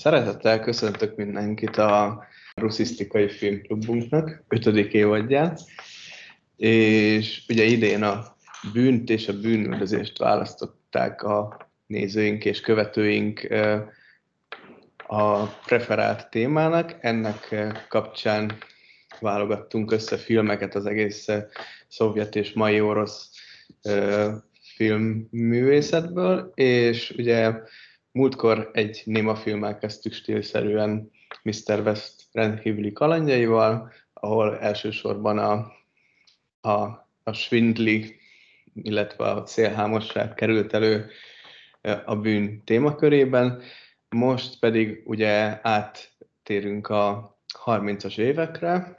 Szeretettel köszöntök mindenkit a Ruszisztikai Filmklubunknak 5. évadján, és ugye idén a bűnt és a bűnüldözést választották a nézőink és követőink a preferált témának. Ennek kapcsán válogattunk össze filmeket az egész szovjet és mai orosz filmművészetből, és ugye múltkor egy némafilmmel kezdtük stílszerűen Mr. West rendkívüli kalandjaival, ahol elsősorban a svindli, illetve a szélhámosság került elő a bűn témakörében. Most pedig ugye áttérünk a 30-as évekre,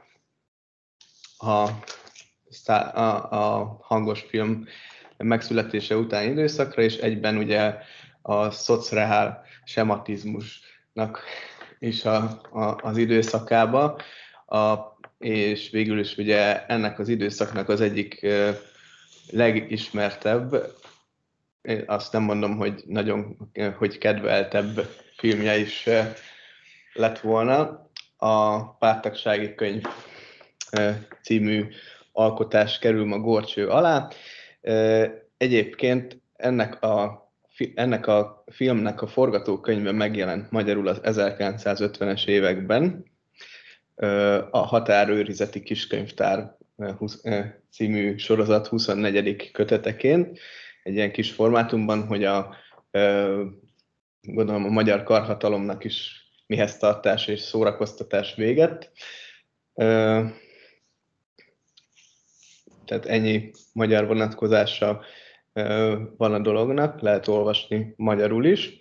a hangos film megszületése utáni időszakra, és egyben ugye a szocreál sematizmusnak is az időszakába, és végül is ugye ennek az időszaknak az egyik legismertebb, azt nem mondom, hogy nagyon hogy kedveltebb filmje is lett volna, a Párttagsági könyv című alkotás kerül ma górcső alá. Egyébként ennek a filmnek a forgatókönyve megjelent magyarul az 1950-es években, a Határőrizeti Kiskönyvtár című sorozat 24. köteteként, egy ilyen kis formátumban, hogy gondolom a magyar karhatalomnak is mihez tartás és szórakoztatás véget. Tehát ennyi magyar vonatkozása van a dolognak, lehet olvasni magyarul is.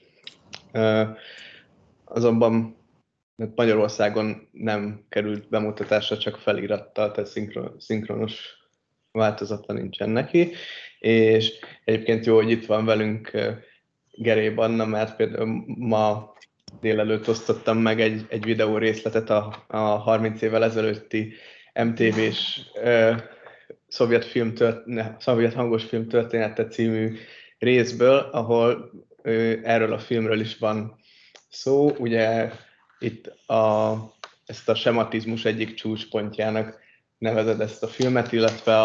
Azonban Magyarországon nem került bemutatásra, csak felirattal, tehát szinkronos változata nincsen neki. És egyébként jó, hogy itt van velünk Geréb Anna, mert például ma délelőtt osztottam meg egy videó részletet a 30 évvel ezelőtti MTV-s szovjet hangos film története című részből, ahol erről a filmről is van szó. Ugye itt ezt a sematizmus egyik csúcspontjának nevezed ezt a filmet, illetve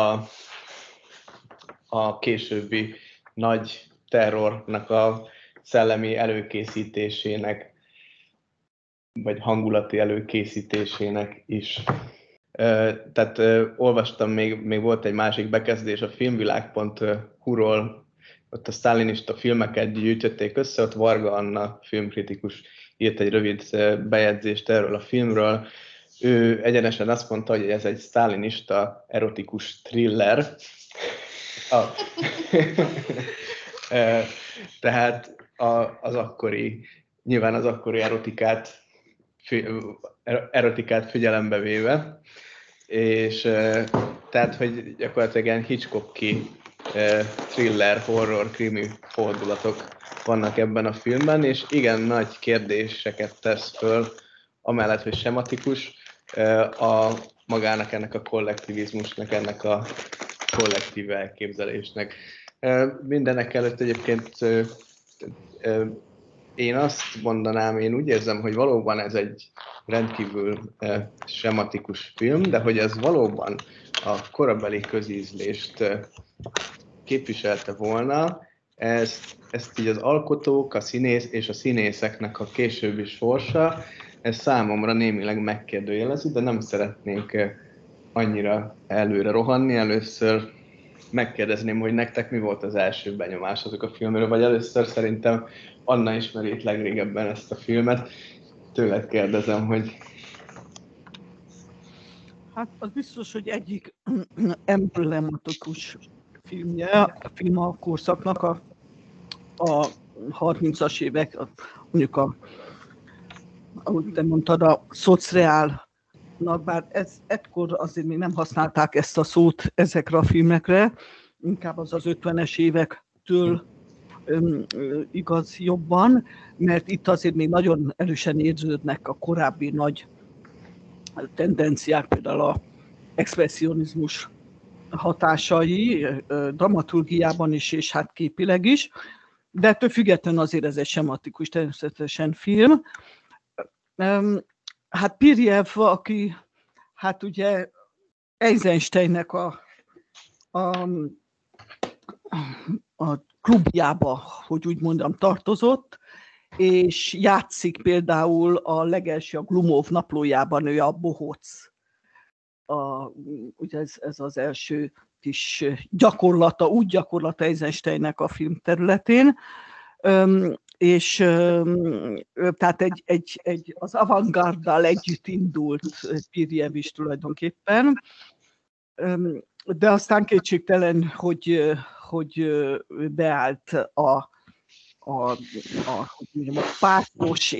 a későbbi nagy terrornak a szellemi előkészítésének, vagy hangulati előkészítésének is. Tehát olvastam, még volt egy másik bekezdés a filmvilág.hu-ról, ott a sztálinista filmeket gyűjtötték össze, ott Varga Anna filmkritikus írt egy rövid bejegyzést erről a filmről. Ő egyenesen azt mondta, hogy ez egy sztálinista erotikus thriller. Tehát nyilván az akkori erotikát figyelembe véve, és tehát, hogy gyakorlatilag ilyen Hitchcocki thriller, horror, krimi fordulatok vannak ebben a filmben, és igen nagy kérdéseket tesz föl, amellett, hogy sematikus, magának ennek a kollektivizmusnak, ennek a kollektív elképzelésnek. Mindenek előtt egyébként én azt mondanám, én úgy érzem, hogy valóban ez egy rendkívül sematikus film, de hogy ez valóban a korabeli közízlést képviselte volna, ezt így az alkotók, a színész és a színészeknek a későbbi sorsa, ez számomra némileg megkérdőjelezi, de nem szeretnék annyira előre rohanni. Először megkérdezném, hogy nektek mi volt az első benyomásotok a filmről, vagy először szerintem Anna ismeri itt legrégebben ezt a filmet. Tőled kérdezem, hogy... Hát az biztos, hogy egyik emblematikus filmje a filmkorszaknak a 30-as évek, mondjuk ahogy te mondtad, a szocreálnak, bár ekkor azért még nem használták ezt a szót ezekre a filmekre, inkább az 50-es évektől igaz jobban, mert itt azért még nagyon erősen érződnek a korábbi nagy tendenciák, például az expresszionizmus hatásai, dramaturgiában is, és hát képileg is, de ettől függetlenül azért ez egy sematikus természetesen film. Hát Pirjev, aki hát ugye Eisensteinnek a klubjába, hogy úgy mondjam, tartozott, és játszik például a legelső a Glumov naplójában, ő a bohóc. Ugye ez az első kis gyakorlata Eisensteinnek a film területén, és tehát az avantgarddal együtt indult Pirjev is tulajdonképpen, de aztán kétségtelen, hogy beállt a pártos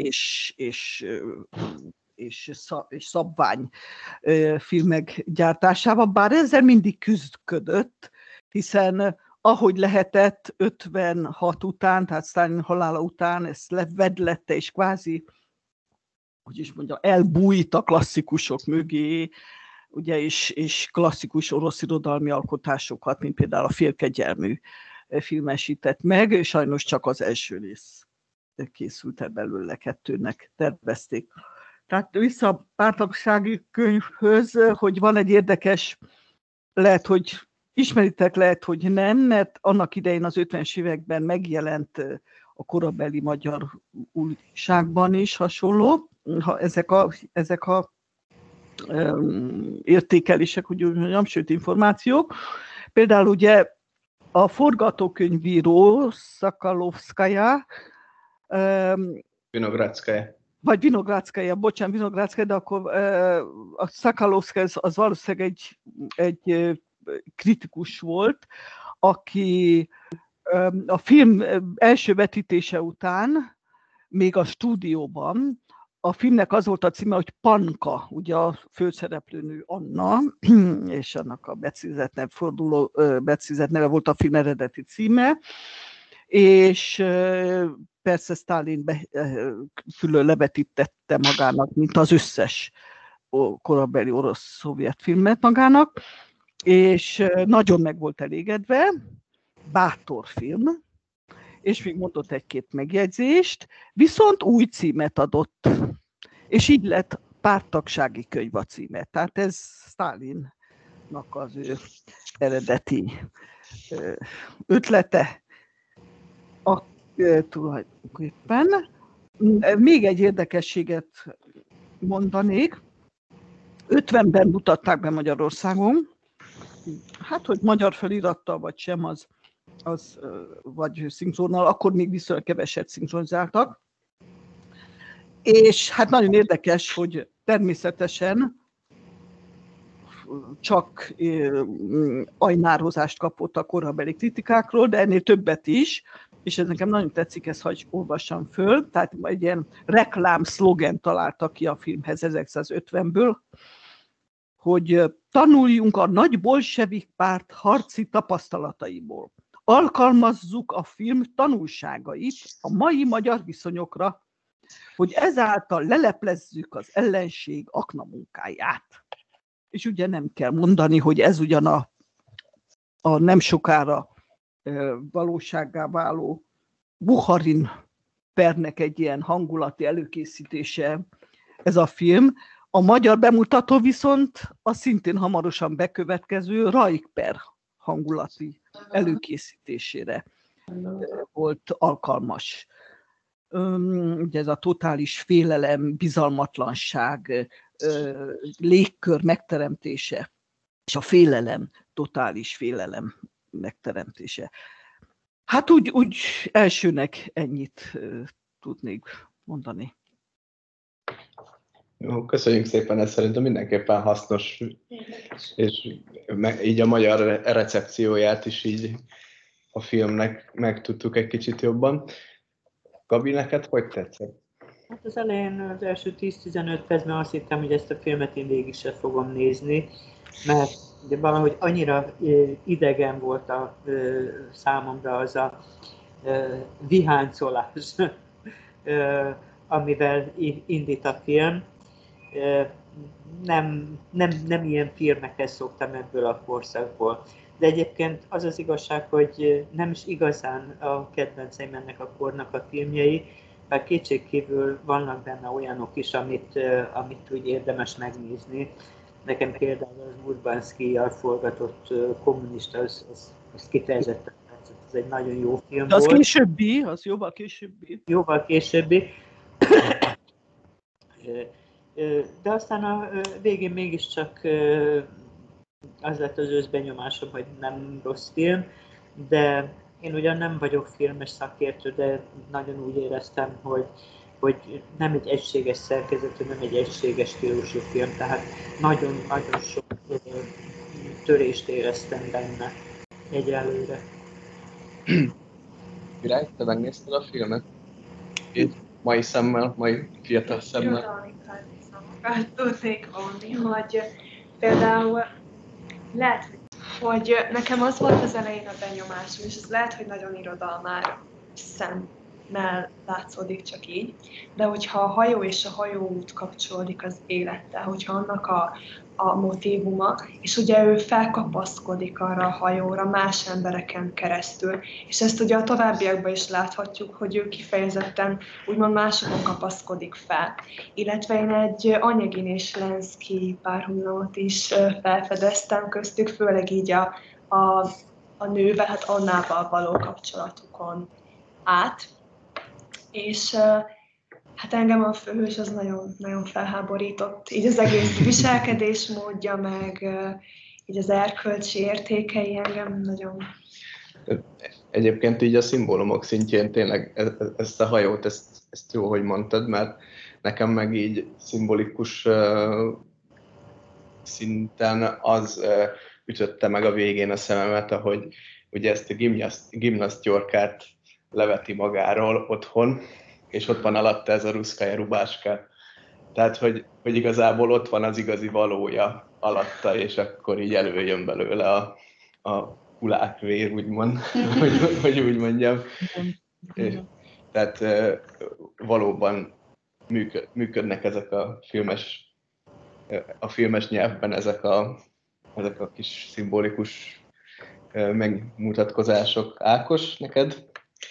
és szabvány filmek gyártásával, bár ezzel mindig küzdködött, hiszen ahogy lehetett 56 után, tehát Sztálin halála után ezt levedlette, és kvázi, hogy is mondjam, elbújt a klasszikusok mögé, ugye, és klasszikus orosz irodalmi alkotásokat, mint például a Félkegyelmű filmesített meg, sajnos csak az első rész készült el belőle, 2-nek tervezték. Tehát vissza a pártagsági könyvhöz, hogy van egy érdekes, lehet, hogy ismeritek, lehet, hogy nem, mert annak idején az 50-es években megjelent a korabeli magyar újságban is hasonló, ezek a értékelések, hogy úgy mondjam, sőt információk. Például ugye a forgatókönyvíró Szakalovszkaja, Vinogradszkaja, de akkor a Szakalovszkaja az valószínűleg egy kritikus volt, aki a film első vetítése után, még a stúdióban, a filmnek az volt a címe, hogy Panka, ugye a főszereplőnő Anna, és annak a becézett neve volt a film eredeti címe, és persze Sztálin külön levetítette magának, mint az összes korabeli orosz-szovjet filmet magának, és nagyon meg volt elégedve, bátor film, és még mondott 1-2 megjegyzést, viszont új címet adott, és így lett Párttagsági könyv a címe. Tehát ez Sztálinnak az ő eredeti ötlete. Tulajdonképpen még egy érdekességet mondanék. 50-ben mutatták be Magyarországon, hát hogy magyar felirattal vagy sem, az vagy szinkronnal, akkor még viszonylag keveset szinkronizáltak. És hát nagyon érdekes, hogy természetesen csak ajnárhozást kapott a korabeli kritikákról, de ennél többet is, és ez nekem nagyon tetszik, ezt hagyj olvassam föl, tehát egy ilyen reklám szlogen találtak ki a filmhez 1950-ből, hogy tanuljunk a nagy bolsevik párt harci tapasztalataiból. Alkalmazzuk a film tanulságait a mai magyar viszonyokra, hogy ezáltal leleplezzük az ellenség aknamunkáját. És ugye nem kell mondani, hogy ez ugyan a nem sokára valósággá váló Bukharin pernek egy ilyen hangulati előkészítése ez a film. A magyar bemutató viszont a szintén hamarosan bekövetkező Reich per hangulati előkészítésére volt alkalmas. Ugye ez a totális félelem, bizalmatlanság, légkör megteremtése, és a félelem, totális félelem megteremtése. Hát úgy elsőnek ennyit tudnék mondani. Jó, köszönjük szépen, ez szerintem mindenképpen hasznos, és így a magyar recepcióját is így a filmnek megtudtuk egy kicsit jobban. Gabi, neked hogy tetszett? Hát az elején, az első 10-15 percben azt hittem, hogy ezt a filmet én végig sem fogom nézni, mert de valahogy annyira idegen volt a számomra az a viháncolás, amivel indít a film. Nem ilyen filmekhez szoktam ebből a korszakból. De egyébként az az igazság, hogy nem is igazán a kedvenceim ennek a kornak a filmjei, bár kétségkívül vannak benne olyanok is, amit úgy érdemes megnézni. Nekem például az Urbanszkijjal forgatott Kommunista, az kifejezetten tetszett, ez egy nagyon jó film De az volt. későbbi, az jóval későbbi. Jóval későbbi. De aztán a végén mégiscsak az lett az őszbenyomásom, hogy nem rossz film, de én ugyan nem vagyok filmes szakértő, de nagyon úgy éreztem, hogy nem egy egységes szerkezetű, nem egy egységes stílusú film, tehát nagyon-nagyon sok törést éreztem benne egyelőre. Virág, te megnézted a filmet? Így mai szemmel, mai fiatal szemmel? Irodalmi párhuzamokat tudnék vonni, hogy például lehet, hogy nekem az volt az elején a benyomásom, és ez lehet, hogy nagyon irodalmár szemmel látszódik csak így, de hogyha a hajó és a hajóút kapcsolódik az élettel, hogyha annak a motívuma, és ugye ő felkapaszkodik arra a hajóra más embereken keresztül, és ezt ugye a továbbiakban is láthatjuk, hogy ő kifejezetten úgymond másokon kapaszkodik fel. Illetve én egy Onyegin és Lenszky párhuzamot is felfedeztem köztük, főleg így a nővel, hát Annával való kapcsolatukon át. És hát engem a főhős az nagyon, nagyon felháborított. Így az egész viselkedésmódja, meg így az erkölcsi értékei engem nagyon... Egyébként így a szimbólumok szintjén tényleg ezt a hajót, ezt jó, hogy mondtad, mert nekem meg így szimbolikus szinten az ütötte meg a végén a szememet, ahogy ugye ezt a gimnasztyorkát leveti magáról otthon, és ott van alatta ez a ruszkaja rubáska. Tehát, hogy igazából ott van az igazi valója alatta, és akkor így előjön belőle a kulákvér, úgymond, hogy úgy mondjam. Tehát valóban működnek ezek a filmes nyelvben ezek a kis szimbolikus megmutatkozások. Ákos, neked?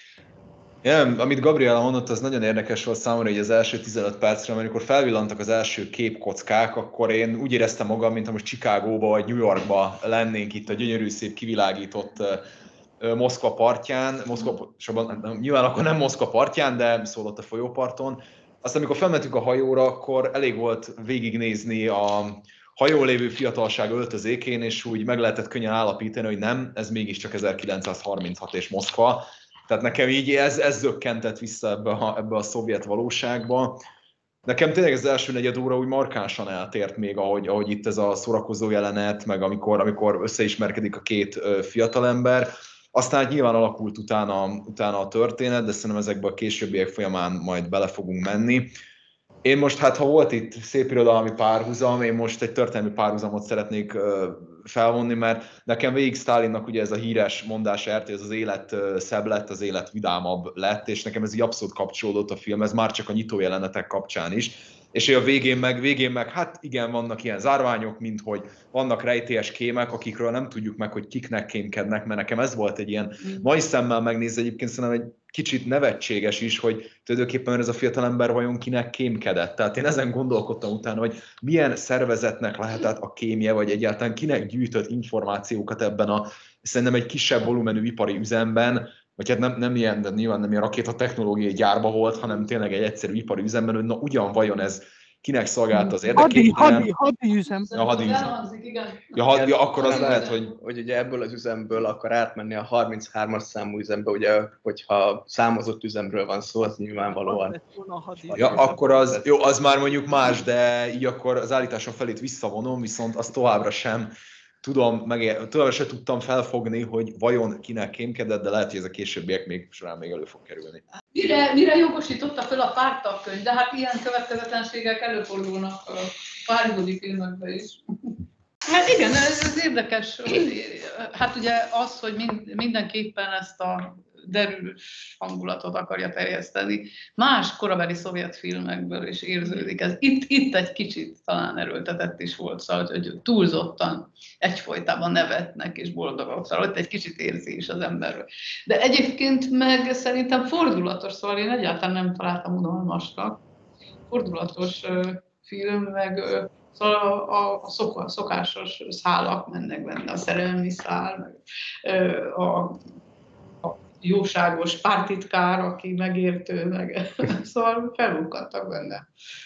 Ja, amit Gabriela mondott, az nagyon érdekes volt számomra, hogy az első 15 percre, amikor felvillantak az első képkockák, akkor én úgy éreztem magam, mintha most Chicagóba vagy New Yorkba lennénk itt a gyönyörű, szép, kivilágított Moszkva partján. Nyilván akkor nem Moszkva partján, de szólott a folyóparton. Aztán, amikor felmentünk a hajóra, akkor elég volt végignézni a hajón lévő fiatalság öltözékén, és úgy meg lehetett könnyen állapítani, hogy nem, ez mégiscsak 1936 és Moszkva. Tehát nekem így ez zökkentett vissza ebbe a szovjet valóságba. Nekem tényleg az első negyed óra úgy markánsan eltért még, ahogy itt ez a szórakozó jelenet, meg amikor összeismerkedik a két fiatalember. Aztán nyilván alakult utána a történet, de szerintem ezekben a későbbiek folyamán majd bele fogunk menni. Én most, hát ha volt itt szép irodalmi párhuzam, én most egy történelmi párhuzamot szeretnék felvonni, mert nekem végig Sztálinnak ugye ez a híres mondása ért, hogy ez az élet szebb lett, az élet vidámabb lett, és nekem ez így abszolút kapcsolódott a filmhez, már csak a nyitó jelenetek kapcsán is. És a végén meg, hát igen, vannak ilyen zárványok, mint hogy vannak rejtélyes kémek, akikről nem tudjuk meg, hogy kiknek kémkednek, mert nekem ez volt egy ilyen mai szemmel megnézni, egyébként szerintem egy kicsit nevetséges is, hogy tulajdonképpen ez a fiatalember vajon kinek kémkedett. Tehát én ezen gondolkodtam utána, hogy milyen szervezetnek lehetett a kémje, vagy egyáltalán kinek gyűjtött információkat ebben a szerintem egy kisebb volumenű ipari üzemben, vagy hát nem ilyen, de nyilván nem ilyen rakétatechnológiai gyárba volt, hanem tényleg egy egyszerű ipari üzemben, hogy na ugyan vajon ez kinek szolgálta az érdekét. Hadi üzem. Ja, hadi üzem. Ja, akkor az lehet, hogy ugye ebből az üzemből akar átmenni a 33-as számú üzembe, ugye, hogyha számozott üzemről van szó, az nyilvánvalóan. Ja, akkor az, jó, az már mondjuk más, de így akkor az állításom felét visszavonom, viszont azt továbbra sem tudtam felfogni, hogy vajon kinek kémkedett, de lehet, hogy ez a későbbiek során még elő fog kerülni. Mire jogosította fel a pártagkönyv, de hát ilyen következetlenségek előfordulnak a párhuzami filmekben is. Hát igen, ez érdekes. Hát ugye az, hogy mindenképpen ezt a derűs hangulatot akarja terjeszteni. Más korabeli szovjet filmekből is érződik ez. Itt egy kicsit talán erőltetett is volt, szóval, hogy túlzottan egyfolytában nevetnek és boldogok, szóval ott egy kicsit érzi is az emberről. De egyébként meg szerintem fordulatos, szóval én egyáltalán nem találtam unalmasnak. Fordulatos film, meg szóval a szokásos szálak mennek benne, a szerelmi szál, meg a jóságos pártitkár, aki megértő, meg szóval felbukkadtak benne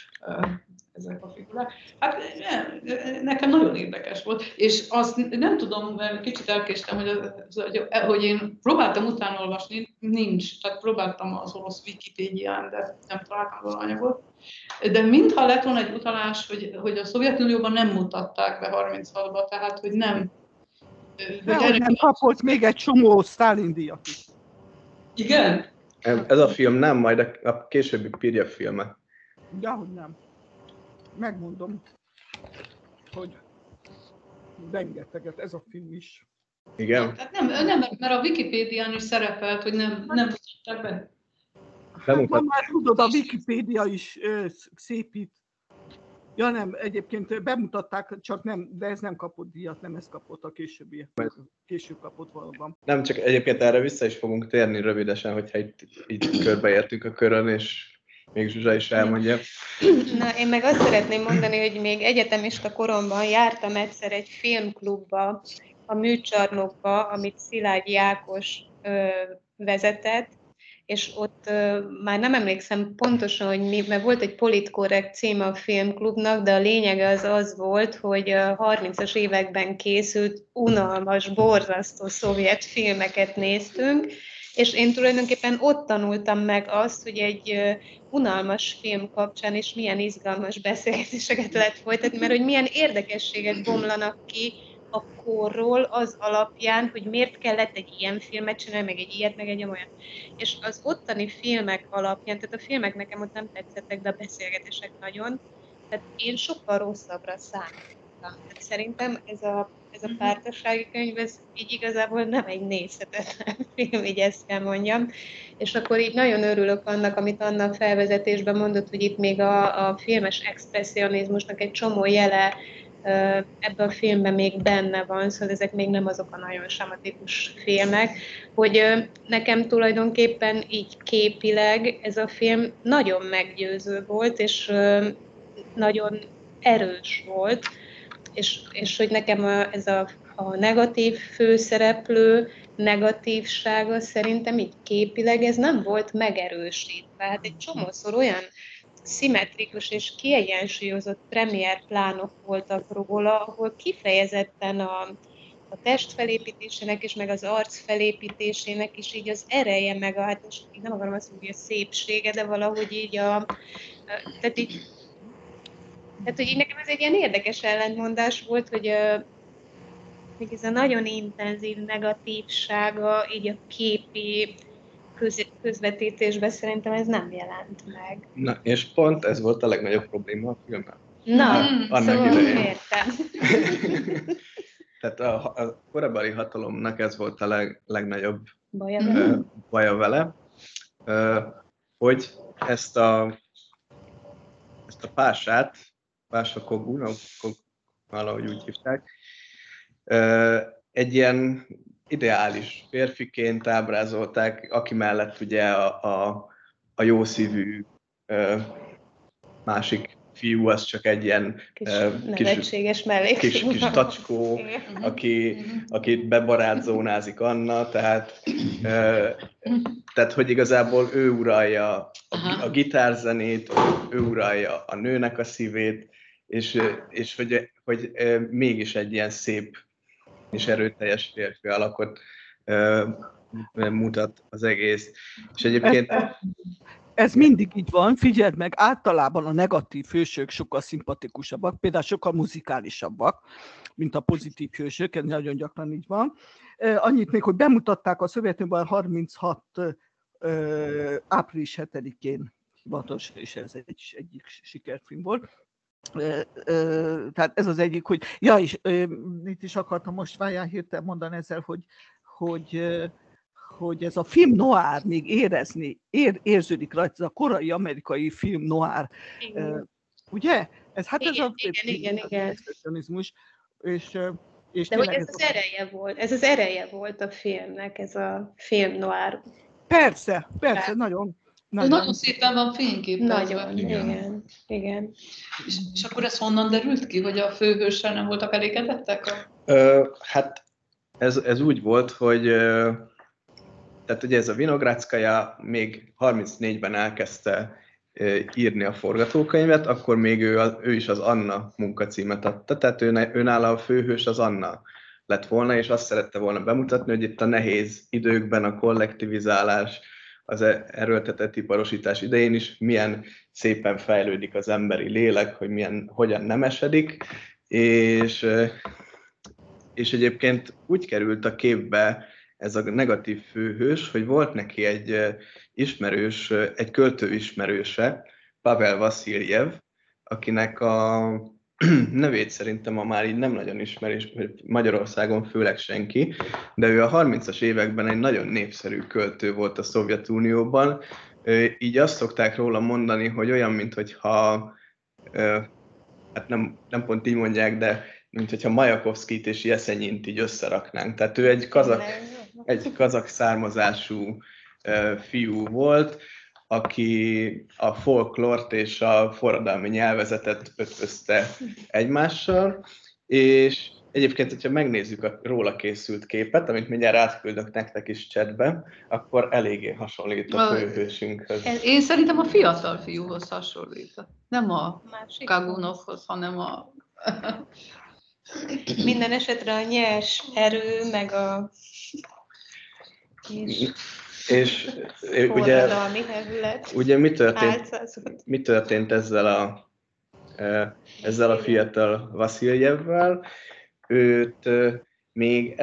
ezek a figurák. Hát nekem nagyon érdekes volt, és azt nem tudom, mert kicsit elkéstem, hogy én próbáltam utánolvasni, nincs, tehát próbáltam az orosz Wikipédián, de nem találtam volna anyagot. De mintha lett volna egy utalás, hogy a Szovjetunióban nem mutatták be 36-ba, tehát hogy nem. Hogy nem kapott még egy csomó Sztálin-díjat is. Igen? Ez a film nem, majd a későbbi Pirjev filme. Dehogy nem. Megmondom, hogy rengeteget ez a film is. Igen? Tehát nem, mert a Wikipédián is szerepelt, hogy nem mutatták be. Ma már tudod, a Wikipédia is szépít. Ja nem, egyébként bemutatták, csak nem, de ez nem kapott díjat, nem ez kapott a később kapott valóban. Nem, csak egyébként erre vissza is fogunk térni rövidesen, hogyha itt körbeértünk a körön, és még Zsuzsa is elmondja. Na, én meg azt szeretném mondani, hogy még egyetemista koromban jártam egyszer egy filmklubba, a Műcsarnokba, amit Szilágyi Ákos vezetett, és ott már nem emlékszem pontosan, hogy mi, mert volt egy politkorrekt címe a filmklubnak, de a lényege az volt, hogy a 30-as években készült unalmas, borzasztó szovjet filmeket néztünk, és én tulajdonképpen ott tanultam meg azt, hogy egy unalmas film kapcsán is milyen izgalmas beszélgetéseket lehet folytatni, mert hogy milyen érdekességek bomlanak ki a korról az alapján, hogy miért kellett egy ilyen filmet csinálni, meg egy ilyet, meg egy olyan. És az ottani filmek alapján, tehát a filmek nekem ott nem tetszettek, de a beszélgetések nagyon, tehát én sokkal rosszabbra számítottam. Tehát szerintem ez a pártossági könyv, ez így igazából nem egy nézhetetlen film, így ezt kell mondjam. És akkor így nagyon örülök annak, amit Anna felvezetésben mondott, hogy itt még a filmes expresszionizmusnak egy csomó jele ebben a filmben még benne van, szóval ezek még nem azok a nagyon sematikus filmek, hogy nekem tulajdonképpen így képileg ez a film nagyon meggyőző volt, és nagyon erős volt, és hogy nekem ez a negatív főszereplő negatívsága szerintem így képileg ez nem volt megerősítve. Hát egy csomószor olyan szimmetrikus és kiegyensúlyozott premierplánok voltak róla, ahol kifejezetten a test felépítésének és meg az arc felépítésének is így az ereje, meg hát most így nem akarom azt mondani, hogy a szépsége, de valahogy így tehát hogy így nekem ez egy ilyen érdekes ellentmondás volt, hogy még ez a nagyon intenzív negatívsága így a képi közvetítésben szerintem ez nem jelent meg. Na, és pont ez volt a legnagyobb probléma a filmben. Na, szóval értem. Tehát a korabeli hatalomnak ez volt a legnagyobb baja vele, hogy ezt a pását, Pása Kogu, valahogy úgy hívták, egy ilyen ideális férfiként ábrázolták, aki mellett ugye a jószívű másik fiú, az csak egy ilyen kis tacskó, akit bebarátzónázik Anna, tehát hogy igazából ő uralja a gitárzenét, ő uralja a nőnek a szívét, és hogy mégis egy ilyen szép és erőteljes férfi alakot mutat az egész. És egyébként... Ez mindig így van, figyeld meg, általában a negatív hősök sokkal szimpatikusabbak, például sokkal muzikálisabbak, mint a pozitív hősök, ez nagyon gyakran így van. Annyit még, hogy bemutatták a Szovjetunióban 36 április 7-én hivatalos, és ez egyik sikerfilm volt. Tehát ez az egyik, hogy és mit is akartam most várjál hirtelen mondani ezzel, hogy ez a film noir még érződik rajta, ez a korai amerikai film noir. Ugye? Ez igen. expressionizmus, és de hogy ez az ereje volt, ez az ereje volt a filmnek, ez a film noir. Persze, nagyon. Nagyon szépen van fényképezve. Nagyon, igen. És akkor ez honnan derült ki, hogy a főhőssel nem voltak elégedettek? Hát ez úgy volt, hogy tehát ugye ez a Vinogradskaja még 34-ben elkezdte írni a forgatókönyvet, akkor még ő is az Anna munkacímet adta, tehát őnála a főhős az Anna lett volna, és azt szerette volna bemutatni, hogy itt a nehéz időkben a kollektivizálás, az erőltetett iparosítás idején is milyen szépen fejlődik az emberi lélek, hogy hogyan nemesedik, és egyébként úgy került a képbe ez a negatív főhős, hogy volt neki egy költő ismerőse, Pavel Vasiljev, akinek a nevét szerintem ma már így nem nagyon ismeri, Magyarországon főleg senki, de ő a 30-as években egy nagyon népszerű költő volt a Szovjetunióban. Így azt szokták róla mondani, hogy olyan, minthogyha, hát nem pont így mondják, de minthogyha Majakovszkit és Jeszenyint így összeraknánk. Tehát ő egy kazak származású fiú volt, aki a folklort és a forradalmi nyelvezetet ötvözte egymással, és egyébként, hogyha megnézzük a róla készült képet, amit mindjárt átküldök nektek is chatbe, akkor eléggé hasonlít a főhősünkhöz. Én szerintem a fiatal fiúhoz hasonlít. Nem a Kagunovhoz, hanem a... Minden esetre a nyers erő, meg a... És ugye mi történt ezzel a fiatal Vasiljevvel? Őt még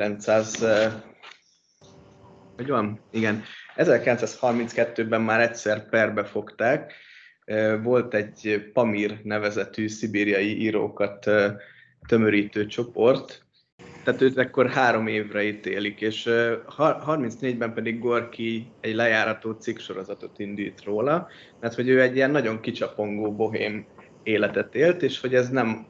1932-ben már egyszer perbe fogták. Volt egy Pamir nevezetű szibériai írókat tömörítő csoport, tehát őt akkor 3 évre ítélik, és 34-ben pedig Gorki egy lejárató cikksorozatot indít róla, mert hogy ő egy ilyen nagyon kicsapongó bohém életet élt, és hogy ez nem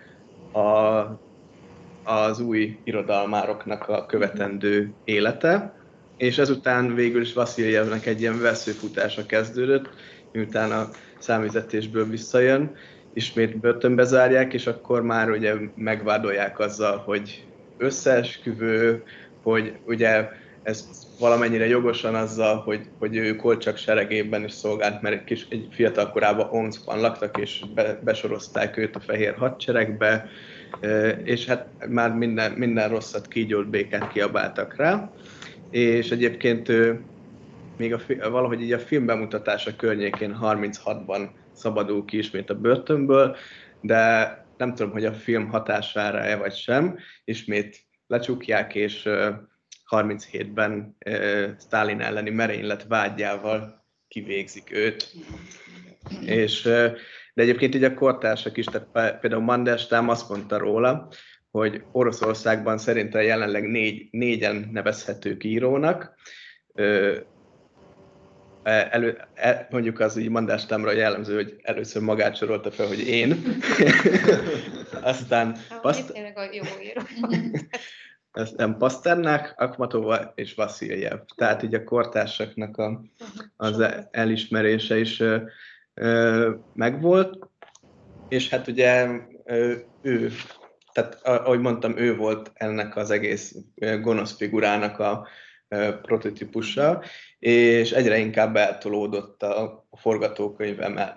az új irodalmároknak a követendő élete, és ezután végül is Vasiljevnek egy ilyen veszőfutása kezdődött, miután a számüzetésből visszajön, ismét börtönbe zárják, és akkor már ugye megvádolják azzal, hogy összeesküvő, hogy ugye ez valamennyire jogosan azzal, hogy ő Kolcsak seregében is szolgált, mert egy fiatal korában Omszkban laktak, és besorozták őt a fehér hadseregbe, és hát már minden rosszat, kígyót, békát kiabáltak rá. És egyébként ő még valahogy így a film bemutatása környékén 36-ban szabadul ki ismét a börtönből, de nem tudom, hogy a film hatására-e vagy sem, ismét lecsukják, és 37-ben Sztálin elleni merénylet vágyával kivégzik őt. De egyébként így a kortársak is, tehát például Mandelstam azt mondta róla, hogy Oroszországban szerintem jelenleg négyen nevezhetők írónak. Mondjuk az így Mandelstamra jellemző, hogy először magát sorolta fel, hogy én. Aztán Pasternak, Akhmatova és Vasiljev. Tehát így a kortársaknak az elismerése is megvolt. És hát ugye ő, tehát ahogy mondtam, ő volt ennek az egész gonosz figurának a prototípusa, és egyre inkább eltolódott a forgatókönyv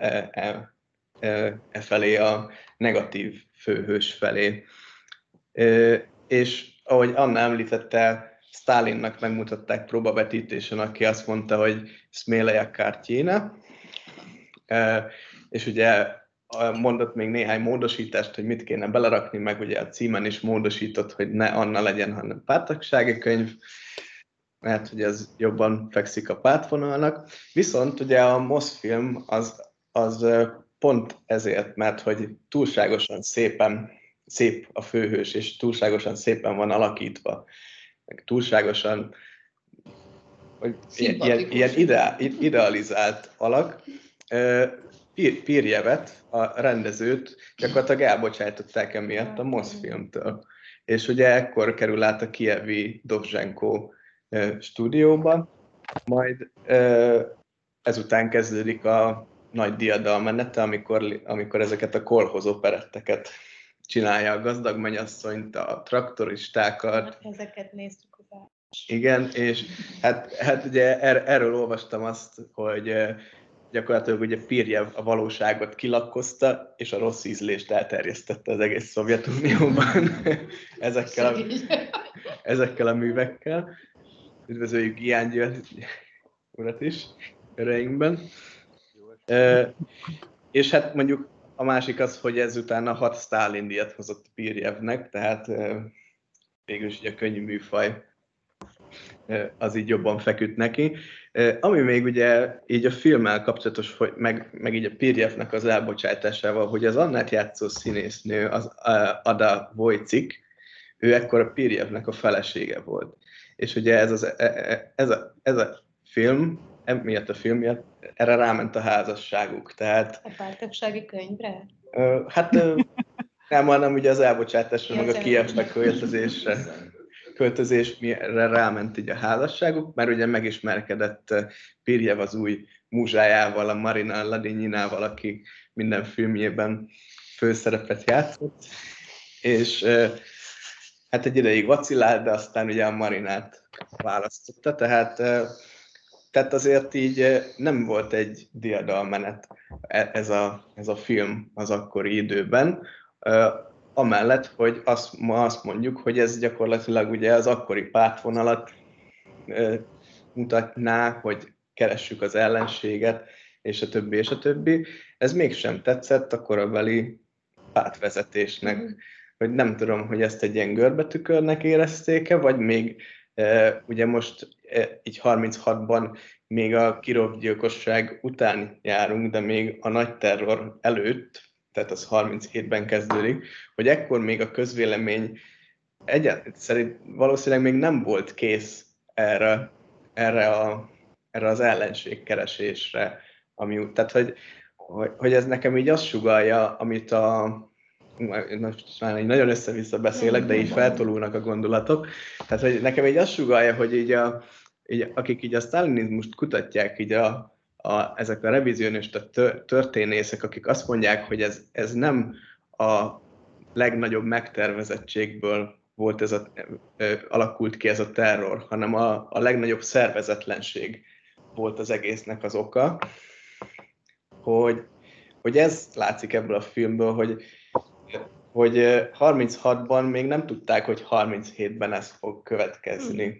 felé, a negatív főhős felé. És ahogy Anna említette, Sztálinnak megmutatták próbavetítésen, aki azt mondta, hogy Smeleja Kartjéna, és ugye mondott még néhány módosítást, hogy mit kéne belerakni, meg ugye a címen is módosított, hogy ne Anna legyen, hanem párttagsági könyv, mert hogy ez jobban fekszik a pártvonalnak. Viszont ugye a Mosfilm az pont ezért, mert hogy túlságosan szép a főhős, és túlságosan szépen van alakítva, meg túlságosan hogy ilyen idealizált alak. Pirjevet, a rendezőt gyakorlatilag elbocsájtották emiatt a Mosfilmtől. És ugye ekkor kerül át a kijevi Dovzsenko stúdióba, majd ezután kezdődik a nagy diadalmenete, amikor ezeket a kolhoz operetteket csinálja, a gazdag mennyasszonyt, a traktoristákat. Ezeket néztük az Igen, és hát ugye erről olvastam azt, hogy gyakorlatilag ugye Pirjev a valóságot kilakkozta, és a rossz ízlést elterjesztette az egész Szovjetunióban ezekkel a művekkel. Üdvözöljük Giányi urat is köreinkben. És hát mondjuk a másik az, hogy ezután a 6 Sztálin-díjat hozott Pirjevnek, tehát végülis ugye a könnyű műfaj az így jobban feküdt neki. Ami még ugye így a filmmel kapcsolatos, meg így a Pirjevnek az elbocsátásával, hogy az Annát játszó színésznő, az Ada Wojcik, ő ekkor a Pirjevnek a felesége volt. És ugye ez a film, emiatt a film miatt erre ráment a házasságuk. Tehát, a pártagsági könyvre? Hát nem, hanem ugye az elbocsátásra, meg a Kijevbe költözésre ráment így a házasságuk, mert ugye megismerkedett Pirjev az új múzsájával, a Marina Ladinyinával, aki minden filmjében főszerepet játszott, és hát egy ideig vacillált, de aztán ugye a Marinát választotta, tehát azért így nem volt egy diadalmenet ez a film az akkori időben, amellett, hogy ma azt mondjuk, hogy ez gyakorlatilag ugye az akkori pártvonalat mutatná, hogy keressük az ellenséget, és a többi, és a többi. Ez mégsem tetszett a korabeli pártvezetésnek, hogy nem tudom, hogy ezt egy ilyen görbetükörnek érezték-e, vagy még ugye most így 36-ban még a Kirov gyilkosság után járunk, de még a nagy terror előtt, tehát az 37-ben kezdődik, hogy ekkor még a közvélemény szerint valószínűleg még nem volt kész erre az ellenségkeresésre. Tehát, hogy ez nekem így azt sugallja, amit most már így nagyon össze-vissza beszélek, de így feltolulnak a gondolatok. Tehát, hogy nekem így azt sugallja, hogy így akik így a sztálinizmust kutatják, így ezek a revizionista történészek, akik azt mondják, hogy ez nem a legnagyobb megtervezettségből volt alakult ki ez a terror, hanem a legnagyobb szervezetlenség volt az egésznek az oka, hogy ez látszik ebből a filmből, hogy 36-ban még nem tudták, hogy 37-ben ez fog következni.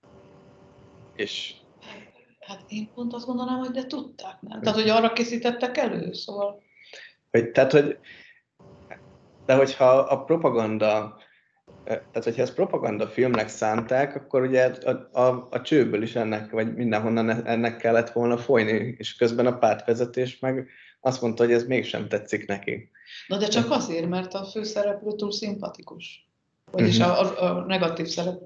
És hát én pont azt gondolom, hogy de tudták, nem? Tehát, hogy arra készítettek elő, szóval... De hogyha a propaganda, tehát hogyha ezt propaganda filmnek szánták, akkor ugye a csőből is ennek, vagy mindenhonnan ennek kellett volna folyni, és közben a pártvezetés meg azt mondta, hogy ez mégsem tetszik neki. Na de csak azért, mert a főszereplő túl szimpatikus. Vagyis a negatív szereplő.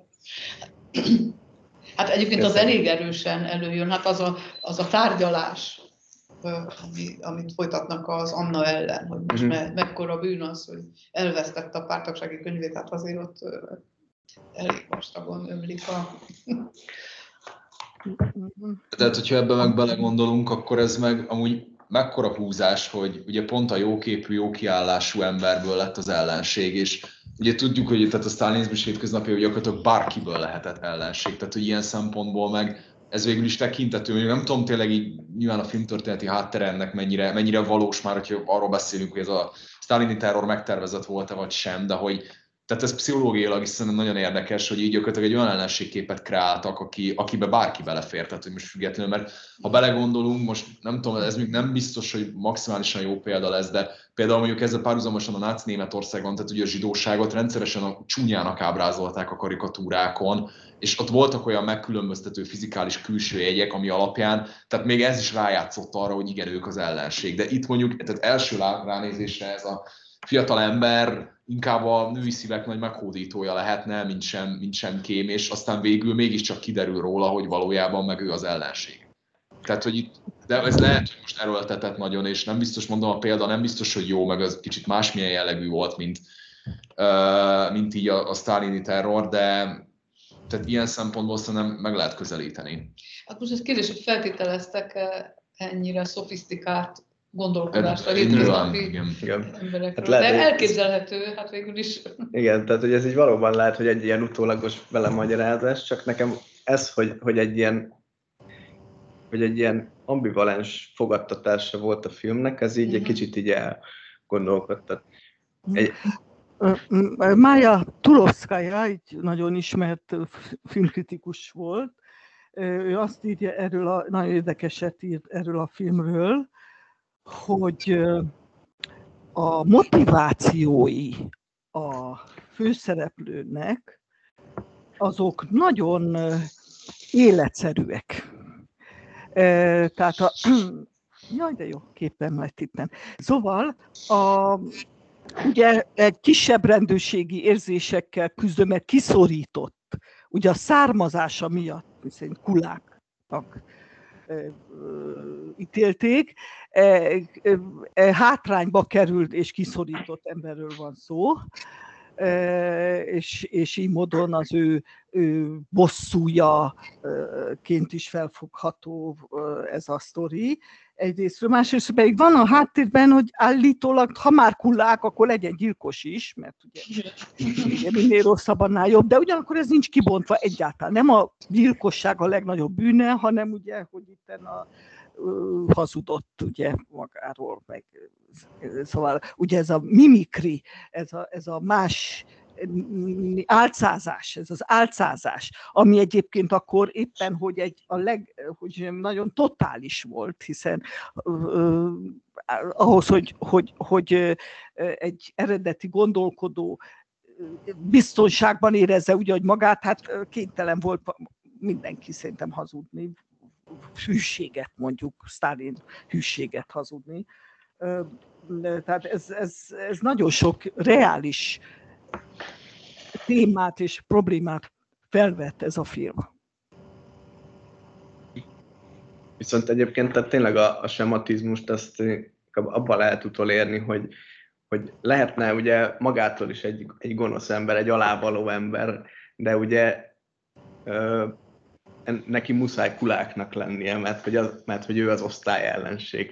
Hát egyébként az elég erősen előjön, hát az a tárgyalás, amit folytatnak az Anna ellen, hogy most mekkora bűn az, hogy elvesztette a párttagsági könyvét, hát azért ott elég vastagon ömlik a... Tehát, hogyha ebben meg belegondolunk, akkor ez meg amúgy mekkora húzás, hogy ugye pont a jóképű, jókiállású emberből lett az ellenség, és ugye tudjuk, hogy tehát a sztálinizmus hétköznapja, hogy gyakorlatilag bárkiből lehetett ellenség, tehát hogy ilyen szempontból meg ez végül is tekintető, hogy nem tudom tényleg így nyilván a filmtörténeti háttere ennek mennyire valós már, hogyha arról beszélünk, hogy ez a sztálini terror megtervezett volt-e vagy sem, de hogy tehát ez pszichológiailag is szerintem nagyon érdekes, hogy így gyakorlatilag egy olyan ellenségképet kreáltak, akibe bárki belefér, tehát hogy most függetlenül, mert ha belegondolunk, most nem tudom, ez még nem biztos, hogy maximálisan jó példa lesz, de például mondjuk ezzel párhuzamosan a náci Németországban, tehát ugye a zsidóságot rendszeresen a csúnyának ábrázolták a karikatúrákon, és ott voltak olyan megkülönböztető fizikális külső jegyek, ami alapján, tehát még ez is rájátszott arra, hogy igen, ők az ellenség. De itt mondjuk, tehát első ránézésre ez a fiatal ember inkább a női szívek nagy meghódítója lehetne, mint sem kém, és aztán végül mégiscsak kiderül róla, hogy valójában meg ő az ellenség. Tehát, hogy itt, de ez lehet, hogy most erőltetett nagyon, és nem biztos, mondom a példa, nem biztos, hogy jó, meg az kicsit másmilyen jellegű volt, mint így a sztálini terror, de tehát ilyen szempontból szerintem meg lehet közelíteni. Hát most ez kérdés, hogy feltételeztek ennyire szofisztikált gondolkodást a hétköznapi emberekről. Hát lehet, de elképzelhető, hát végül is. Igen, tehát hogy ez így valóban lehet, hogy egy ilyen utólagos belemagyarázás, csak nekem ez, hogy egy ilyen ambivalens fogadtatása volt a filmnek, ez így egy kicsit így elgondolkodtat. Mája Turovszkaja, egy nagyon ismert filmkritikus volt, ő azt írja nagyon érdekeset írt erről a filmről, hogy a motivációi a főszereplőnek azok nagyon életszerűek. Tehát jaj, de jó, képen lett itten. Szóval ugye egy kisebb rendőrségi érzésekkel küzdő, mert kiszorított, ugye a származása miatt, hiszen kuláknak ítélték, hátrányba került és kiszorított emberről van szó, és így módon az ő bosszújaként is felfogható ez a sztori. Egyrésztről, másrészt pedig van a háttérben, hogy állítólag, ha már kullák, akkor legyen gyilkos is, mert ugye minél rosszabb, annál jobb, de ugyanakkor ez nincs kibontva egyáltalán. Nem a gyilkosság a legnagyobb bűne, hanem ugye, hogy itt hazudott ugye magáról, meg szóval ugye ez a mimikri, ez a más álcázás, ez az álcázás, ami egyébként akkor éppen, hogy hogy nagyon totális volt, hiszen ahhoz, hogy egy eredeti gondolkodó biztonságban érezze úgy, hogy magát, hát kénytelen volt mindenki szerintem hazudni, hűséget mondjuk, Sztálin hűséget hazudni. Tehát ez nagyon sok reális témát és problémát felvett ez a film. Viszont egyébként tehát tényleg a sematizmust azt abban lehet utolérni, hogy lehetne ugye magától is egy gonosz ember, egy alávaló ember, de ugye neki muszáj kuláknak lennie, mert hogy ő az osztály ellenség.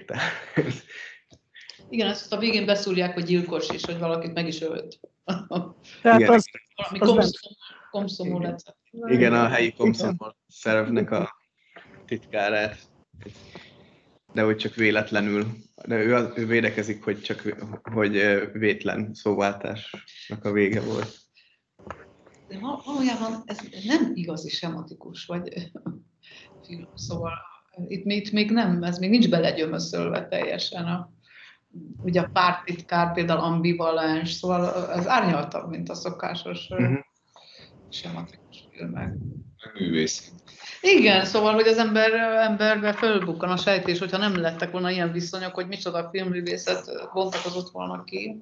Igen, ezt a végén beszúrják, hogy gyilkos is, hogy valakit meg is ölt. Tehát igen, valami komszomol. Igen, a helyi komszomol szervnek a titkárát. De hogy csak véletlenül. De ő védekezik, hogy vétlen szóváltásnak a vége volt. De valójában ez nem igazi sematikus, vagy film, szóval itt még nem, ez még nincs belegyömöszölve teljesen. Ugye a pártitkár például ambivalens, szóval ez árnyaltabb, mint a szokásos sematikus filmek. Művész. Igen, szóval, hogy az emberbe fölbukkan a sejtés, hogyha nem lettek volna ilyen viszonyok, hogy micsoda filmművészet bontakozott volna ki.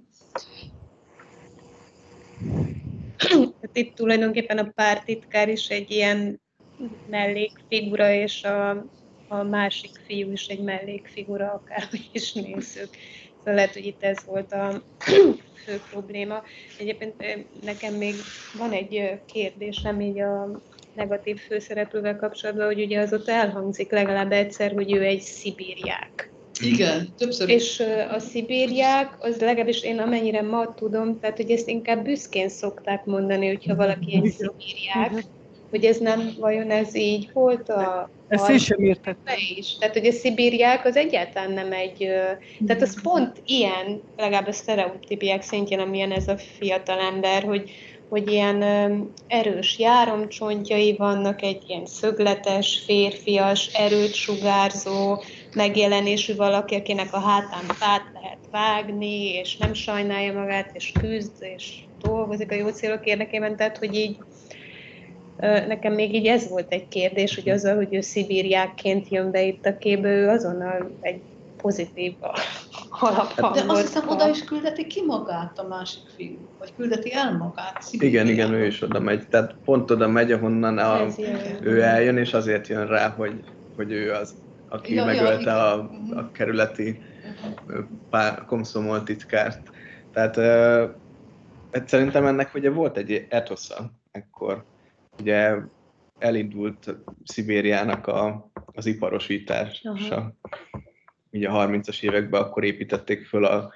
Itt tulajdonképpen a pártitkár is egy ilyen mellékfigura, és a másik fiú is egy mellékfigura, akárhogy is nézzük. Szóval lehet, hogy itt ez volt a fő probléma. Egyébként nekem még van egy kérdésem így a negatív főszereplővel kapcsolatban, hogy ugye az ott elhangzik legalább egyszer, hogy ő egy szibériák. Igen, többször. És a szibériák, az legalábbis én amennyire ma tudom, tehát hogy ezt inkább büszkén szokták mondani, hogyha valaki egy szibériák, hogy ez nem, vajon ez így volt ezt én sem értettem. Is. Tehát, hogy a szibériák az egyáltalán nem egy... Tehát az pont ilyen, legalább a sztereotípiák szintjén, amilyen ez a fiatal ember, hogy ilyen erős járomcsontjai vannak, egy ilyen szögletes, férfias, erőt sugárzó megjelenésű valaki, akinek a hátán fát lehet vágni, és nem sajnálja magát, és küzd, és dolgozik a jó célok érdekében, tehát, hogy így nekem még így ez volt egy kérdés, hogy azzal, hogy ő szibériákként jön be itt a képbe, ő azonnal egy pozitív alaphangot. De azt hiszem, oda is küldeti ki magát a másik fiú, vagy küldeti el magát Szibériába. Igen, ő is oda megy. Tehát pont oda megy, ahonnan ő eljön, és azért jön rá, hogy ő az, aki megölte a kerületi komszomol titkárt. Tehát szerintem ennek ugye volt egy etosza ekkor. Ugye elindult Szibériának az iparosítása. Ugye a 30-as években akkor építették föl a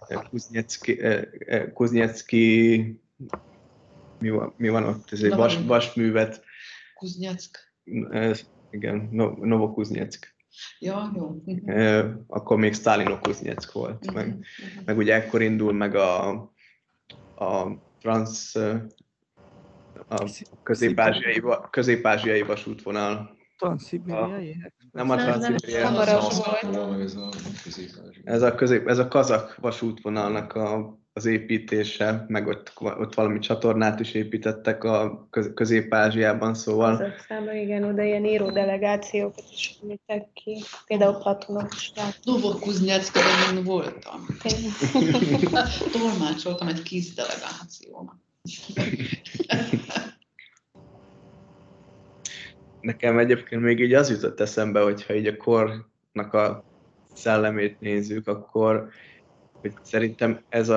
Kuznyecki mi van ott? Ez egy vasművet. Kuznyeck. Igen, Novokuznyeck. Ja, jó. Akkor még Sztálinokuznyeck volt. Meg ugye ekkor indul meg a közép-ázsiai vasútvonal. Transzszibériai? Nem a transzszibériai. Ez a kazak vasútvonalnak az építése, meg ott valami csatornát is építettek a Közép-Ázsiában, szóval. Azok száma, igen, oda ilyen író delegációkat is említek ki. Például Platonov is lát. Novokuznyecben én voltam. Tolmácsoltam egy kis delegációnak. Nekem egyébként még így az jutott eszembe, hogyha így a kornak a szellemét nézzük, akkor hogy szerintem ez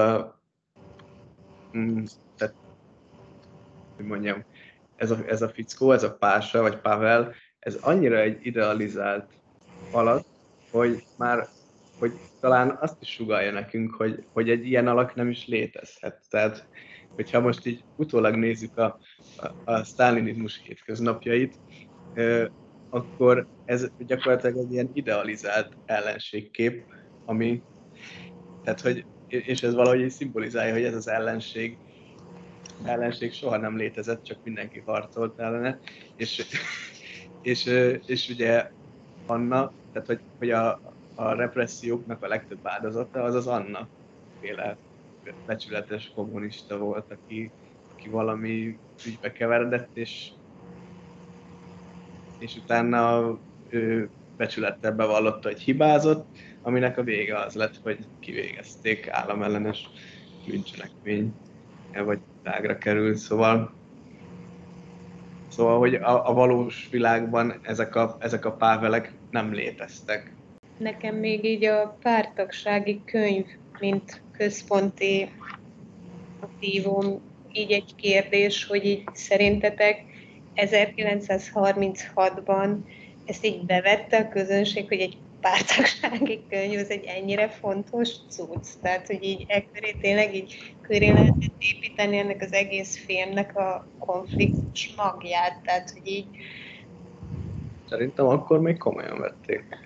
tehát, hogy mondjam, ez a fickó, ez a Pása, vagy Pavel, ez annyira egy idealizált alak, hogy talán azt is sugallja nekünk, hogy egy ilyen alak nem is létezhet. Tehát, hogyha most így utólag nézzük a sztálinizmus hétköznapjait, akkor ez gyakorlatilag egy ilyen idealizált ellenségkép, ami, tehát hogy, és ez valahogy szimbolizálja, hogy ez az ellenség soha nem létezett, csak mindenki harcolt ellene, és ugye Anna, tehát hogy a represszióknak a legtöbb áldozata az Anna féle becsületes kommunista volt, aki valami ügybe keveredett, és utána ő becsülettel bevallotta, hogy hibázott, aminek a vége az lett, hogy kivégezték, államellenes bűncselekmény, vagy tágra került, szóval hogy a valós világban ezek a Pávelek nem léteztek. Nekem még így a párttagsági könyv, mint központi motívum, így egy kérdés, hogy így szerintetek 1936-ban ezt így bevette a közönség, hogy egy párttagsági könyv az egy ennyire fontos cucc. Tehát, hogy így ekkor tényleg így köré lehetett építeni ennek az egész filmnek a konfliktus magját. Tehát, hogy így... Szerintem akkor még komolyan vették.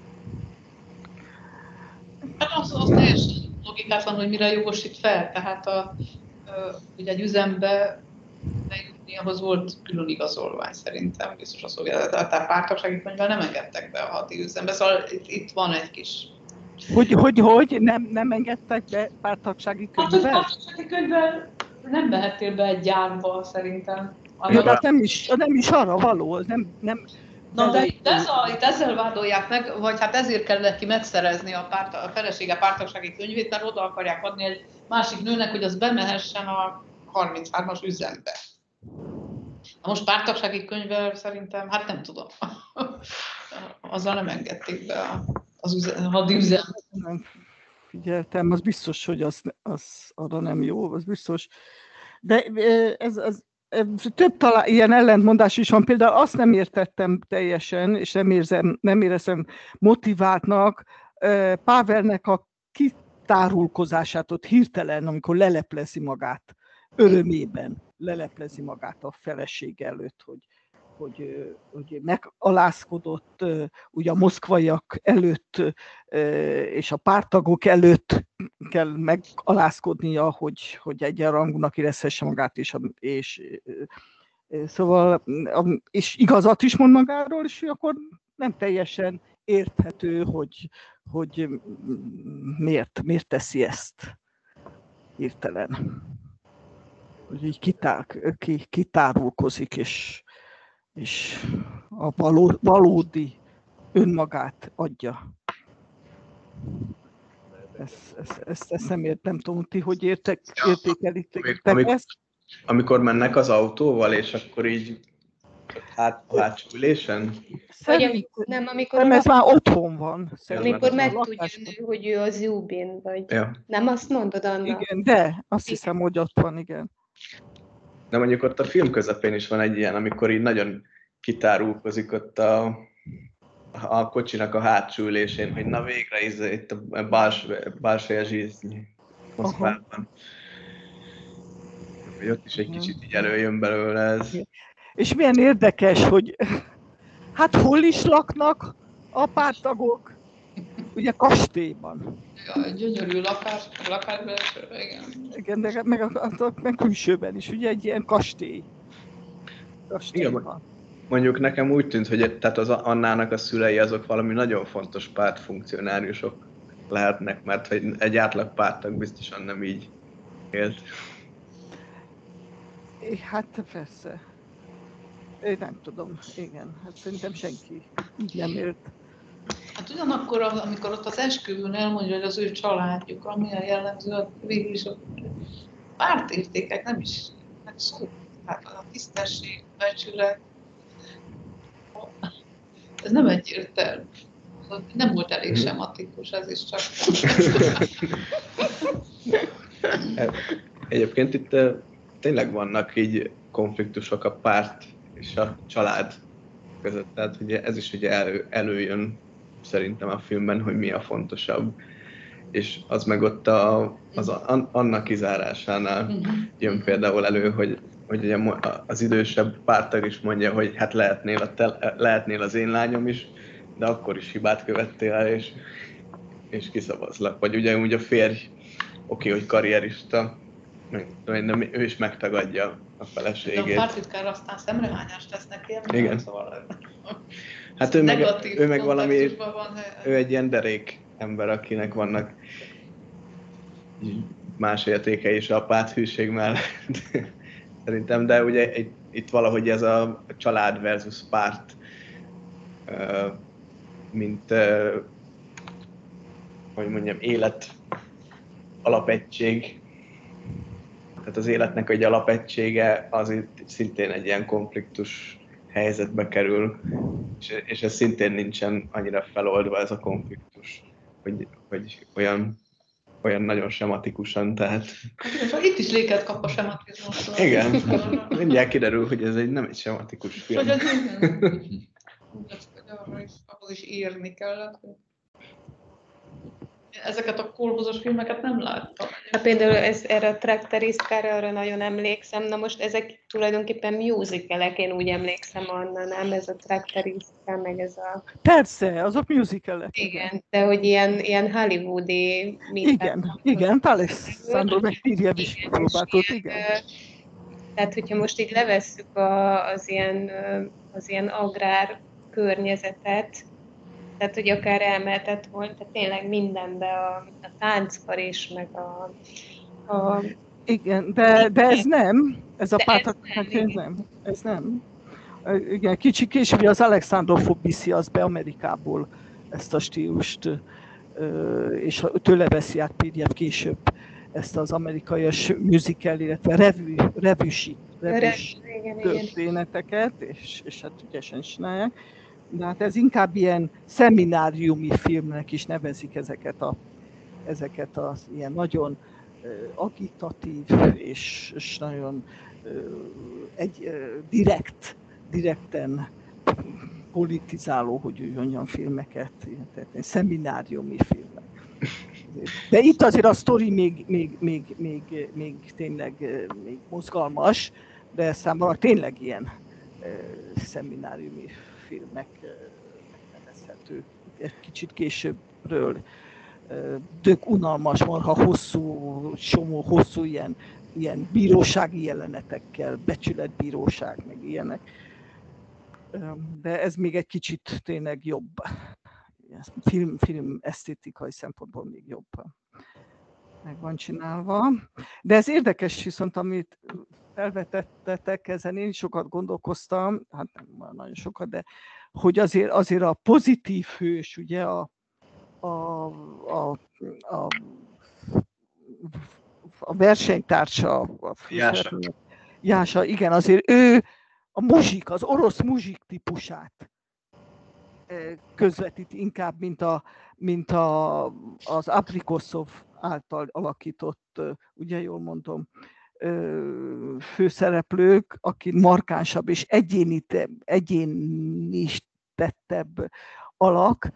Az teljesen logikátlan, hogy mire jogosít fel. Tehát ugye egy üzembe bejutni, ahhoz volt külön igazolvány szerintem, biztos a szovjet, tehát párttagsági könyvvel nem engedtek be a hadi üzembe, szóval itt van egy kis... Hogy? Nem engedtek be párttagsági könyvvel? Hát, párttagsági könyvvel nem mehettél be egy gyárba szerintem. Jó, de nem is arra való, nem. Na, de itt ezzel vádolják meg, vagy hát ezért kell neki megszerezni a felesége párttagsági könyvét, mert oda akarják adni egy másik nőnek, hogy az bemehessen a 33-as üzembe. Na most párttagsági könyvvel szerintem, hát nem tudom. Azzal nem engedték be a hadi üzembe. Nem figyeltem, az biztos, hogy az arra nem jó, az biztos. De több ilyen ellentmondás is van, például azt nem értettem teljesen, és nem érezem motiváltnak Pávelnek a kitárulkozását ott hirtelen, amikor leleplezi magát, örömében leleplezi magát a feleség előtt, hogy megalázkodott ugye a moszkvaiak előtt és a párttagok előtt kell megalázkodnia, hogy egyenrangúnak érezhesse magát, szóval, és igazat is mond magáról, és akkor nem teljesen érthető, hogy miért teszi ezt hirtelen. Hogy így kitárulkozik, és a valódi önmagát adja. Ezt nem értem, tudom, ti hogy értékelitek ezt? Amikor mennek az autóval, és akkor így hátsó ülésen? Amikor ez már otthon van. Amikor megtudja nő, hogy ő az Zubin, vagy nem azt mondod, Anna? Igen, de azt hiszem, hogy ott van, igen. De mondjuk ott a film közepén is van egy ilyen, amikor így nagyon kitárulkozik ott a kocsinak a hátsó ülésén, hogy na végre itt a Balsai Zsizny Moszkvában. Hogy ott is egy kicsit így előjön belőle ez. És milyen érdekes, hogy hát hol is laknak a párttagok? Ugye kastélyban. Ja, gyönyörű lakásbelsőben, igen. Igen, de meg külsőben is, ugye egy ilyen kastély. Igen, mondjuk nekem úgy tűnt, hogy tehát az Annának a szülei azok valami nagyon fontos pártfunkcionáriusok lehetnek, mert hogy egy átlag párttag biztosan nem így élt. Hát persze. Én nem tudom, igen. Hát szerintem senki így nem élt. Hát ugyanakkor, amikor ott az esküvőn elmondja, hogy az ő családjuk, ami a jellemző a végül is a pártértékek nem is szó. Hát a tisztesség, becsület, ez nem egyértelmű. Nem volt elég sematikus, ez is csak. Egyébként itt tényleg vannak így konfliktusok a párt és a család között, tehát ugye ez is ugye előjön szerintem a filmben, hogy mi a fontosabb. És az meg ott annak kizárásánál jön például elő, hogy ugye az idősebb párttag is mondja, hogy hát lehetnél az én lányom is, de akkor is hibát követtél el, és kiszavazlak. Vagy ugye úgy a férj, oké, hogy karrierista, ő is megtagadja a feleségét. De a pártitkár aztán szemrehányást tesz neki, igen. Szóval hát ő meg valami, ő egy ilyen derék ember, akinek vannak más értékei is a párthűség mellett. Szerintem, de ugye itt valahogy ez a család versus párt, mint, hogy mondjam, élet alapegység. Tehát az életnek egy alapegysége az itt szintén egy ilyen konfliktus helyzetbe kerül, és ez szintén nincsen annyira feloldva ez a konfliktus, hogy olyan nagyon sematikusan, tehát... Hát, itt is léket kap a sematizmusról. Igen, mindjárt kiderül, hogy ez nem egy sematikus film. Ahhoz is írni kellett. Ezeket a kolhozos filmeket nem láttam. Hát például erre a traktorisztkára arra nagyon emlékszem. Na most ezek tulajdonképpen musicalek, én úgy emlékszem, Anna, nem? Ez a traktorisztka, meg ez a... Persze, azok musicalek. Igen, de hogy ilyen hollywoodi... Igen, Alexandru McPhee is próbáltott, igen. Tehát, hogyha most így levesszük az ilyen agrár környezetet, tehát, hogy akár elmehetett volna, tehát tényleg mindenbe a tánckar is, meg a... Igen, de ez nem, ez a ez nem. Igen, kicsi később az Alexandrov viszi az be Amerikából ezt a stílust, és tőle veszi át Pirjev később ezt az amerikai musical, illetve revűs történeteket, és hát ügyesen csinálják. De hát ez inkább ilyen szemináriumi filmnek is nevezik ezeket az ilyen nagyon agitatív és nagyon direkten politizáló, hogy úgy mondjam, filmeket, tehát szemináriumi filmek. De itt azért a sztori még tényleg még mozgalmas, de számomra tényleg ilyen szemináriumi filmek nevezhető egy kicsit későbbről. Tök unalmas, marha hosszú ilyen bírósági jelenetekkel, becsületbíróság, meg ilyenek. De ez még egy kicsit tényleg jobb. Film esztétikai szempontból még jobb. Meg van csinálva. De ez érdekes viszont, amit felvetettetek, ezen én is sokat gondolkoztam, hát nem nagyon sokat, de hogy azért a pozitív hős, ugye a versenytársa, a főszereplőnek, Jása, igen, azért ő a muzsik, az orosz muzsik típusát közvetít inkább, mint az Abrikoszov által alakított, ugye jól mondom, főszereplők, aki markánsabb és egyénistettebb alak.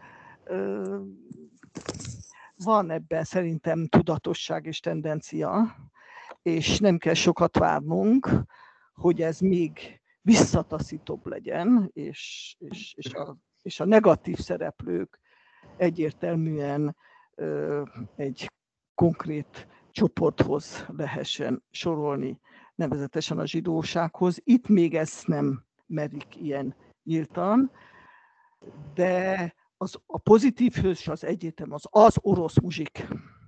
Van ebben szerintem tudatosság és tendencia, és nem kell sokat várnunk, hogy ez még visszataszítóbb legyen, és a negatív szereplők egyértelműen egy konkrét csoporthoz lehessen sorolni, nevezetesen a zsidósághoz. Itt még ezt nem merik ilyen nyíltan, de a pozitív hős az egyértelmű, az orosz muzsik.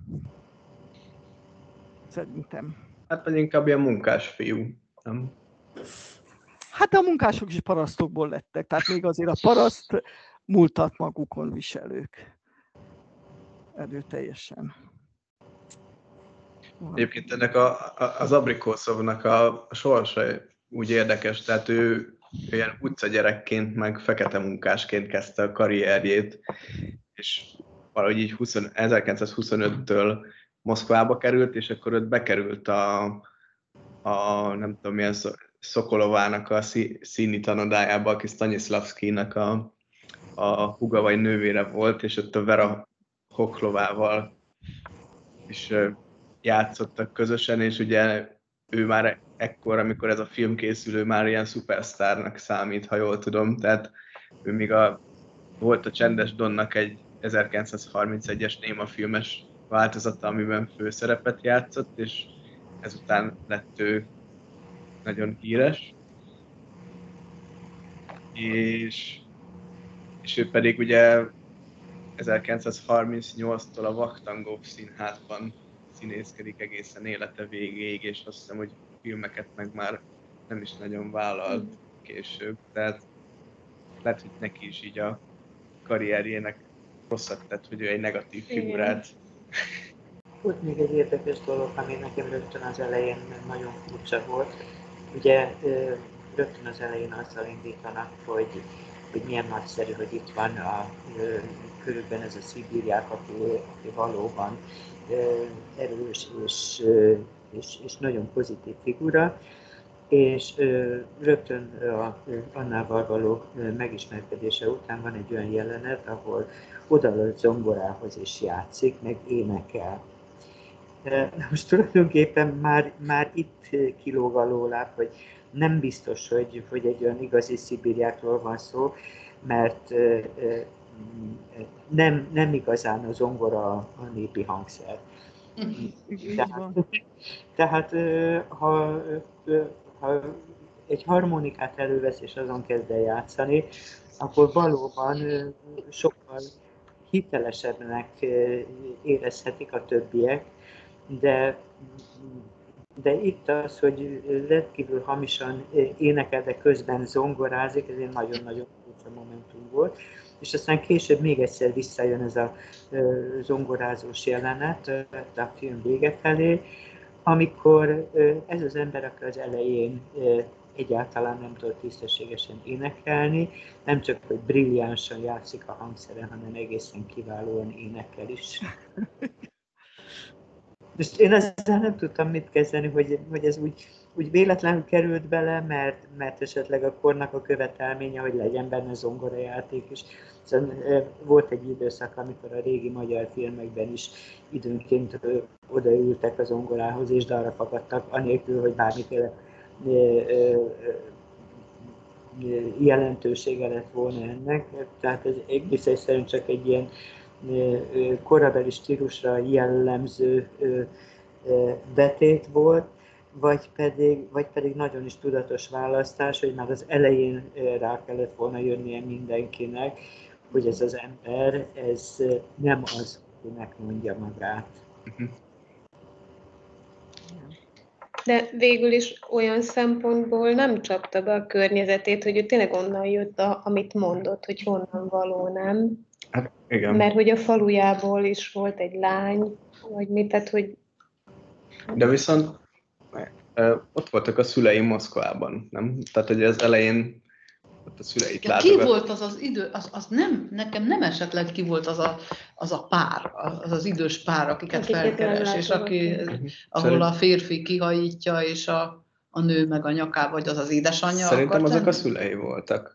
Szerintem. Hát vagy inkább ilyen munkásfiú, nem? Hát a munkások is parasztokból lettek, tehát még azért a paraszt múltat magukon viselők. Erőteljesen. Egyébként ennek az Abrikoszovnak a sorsa úgy érdekes, tehát ő ilyen utcagyerekként, meg fekete munkásként kezdte a karrierjét, és valahogy így 1925-től Moszkvába került, és akkor ott bekerült a nem tudom milyen Szokolovának a színi tanodájába, aki Stanislavszkijnak a húga vagy nővére volt, és ott a Vera Hokhlovával is játszottak közösen, és ugye ő már ekkor, amikor ez a film készül, ő már ilyen szupersztárnak számít, ha jól tudom, tehát ő még volt a Csendes Donnak egy 1931-es némafilmes változata, amiben főszerepet játszott, és ezután lett ő nagyon híres. És ő pedig ugye 1938-tól a Vaktangov Színházban színészkedik egészen élete végéig, és azt hiszem, hogy filmeket meg már nem is nagyon vállalt később. Tehát lehet, hogy neki is így a karrierjének rosszat tett, hogy ő egy negatív figurát. Volt még egy érdekes dolog, ami nekem rögtön az elején nagyon furcsa volt. Ugye rögtön az elején azzal indítanak, hogy milyen nagyszerű, hogy itt van körülben ez a Szibériák, aki valóban erős és nagyon pozitív figura, és rögtön Annával való megismerkedése után van egy olyan jelenet, ahol odaadott zongorához is játszik, meg énekel. Most tulajdonképpen már itt kilóg alólább, hogy nem biztos, hogy egy olyan igazi szibériákról van szó, mert nem igazán a zongora a népi hangszer. Tehát ha egy harmonikát elővesz és azon kezd el játszani, akkor valóban sokkal hitelesebbnek érezhetik a többiek, de itt az, hogy rendkívül hamisan énekel, de közben zongorázik, ez egy nagyon-nagyon furcsa momentum volt. És aztán később még egyszer visszajön ez a zongorázós jelenet a film vége felé, amikor ez az ember, aki az elején egyáltalán nem tud tisztességesen énekelni, nem csak, hogy brilliánsan játszik a hangszeren, hanem egészen kiválóan énekel is. És én ezzel nem tudtam mit kezdeni, hogy ez úgy véletlenül került bele, mert esetleg a kornak a követelménye, hogy legyen benne zongorajáték is. Szóval volt egy időszak, amikor a régi magyar filmekben is időnként odaültek a zongorához és dalra fakadtak, anélkül, hogy bármiféle jelentősége lett volna ennek. Tehát ez egész egyszerűen csak egy ilyen korabeli stílusra jellemző betét volt, vagy pedig nagyon is tudatos választás, hogy már az elején rá kellett volna jönnie mindenkinek, hogy ez az ember, ez nem az, akinek mondja magát. De végül is olyan szempontból nem csapta be a környezetét, hogy ő tényleg onnan jött, amit mondott, hogy honnan való, nem? Hát, igen. Mert hogy a falujából is volt egy lány, vagy mit, tehát hogy... De viszont ott voltak a szülei Moszkvában, nem? Tehát, hogy az elején ott a szüleit Ki látogat. volt az az idő, az nem, nekem nem esetleg ki volt az a pár, az idős pár, akiket Akiket felkeres, nem és látogatni. ahol a férfi kihajítja, és a nő meg a nyakába, vagy az édesanyja. Szerintem akar azok a tenni? szülei voltak.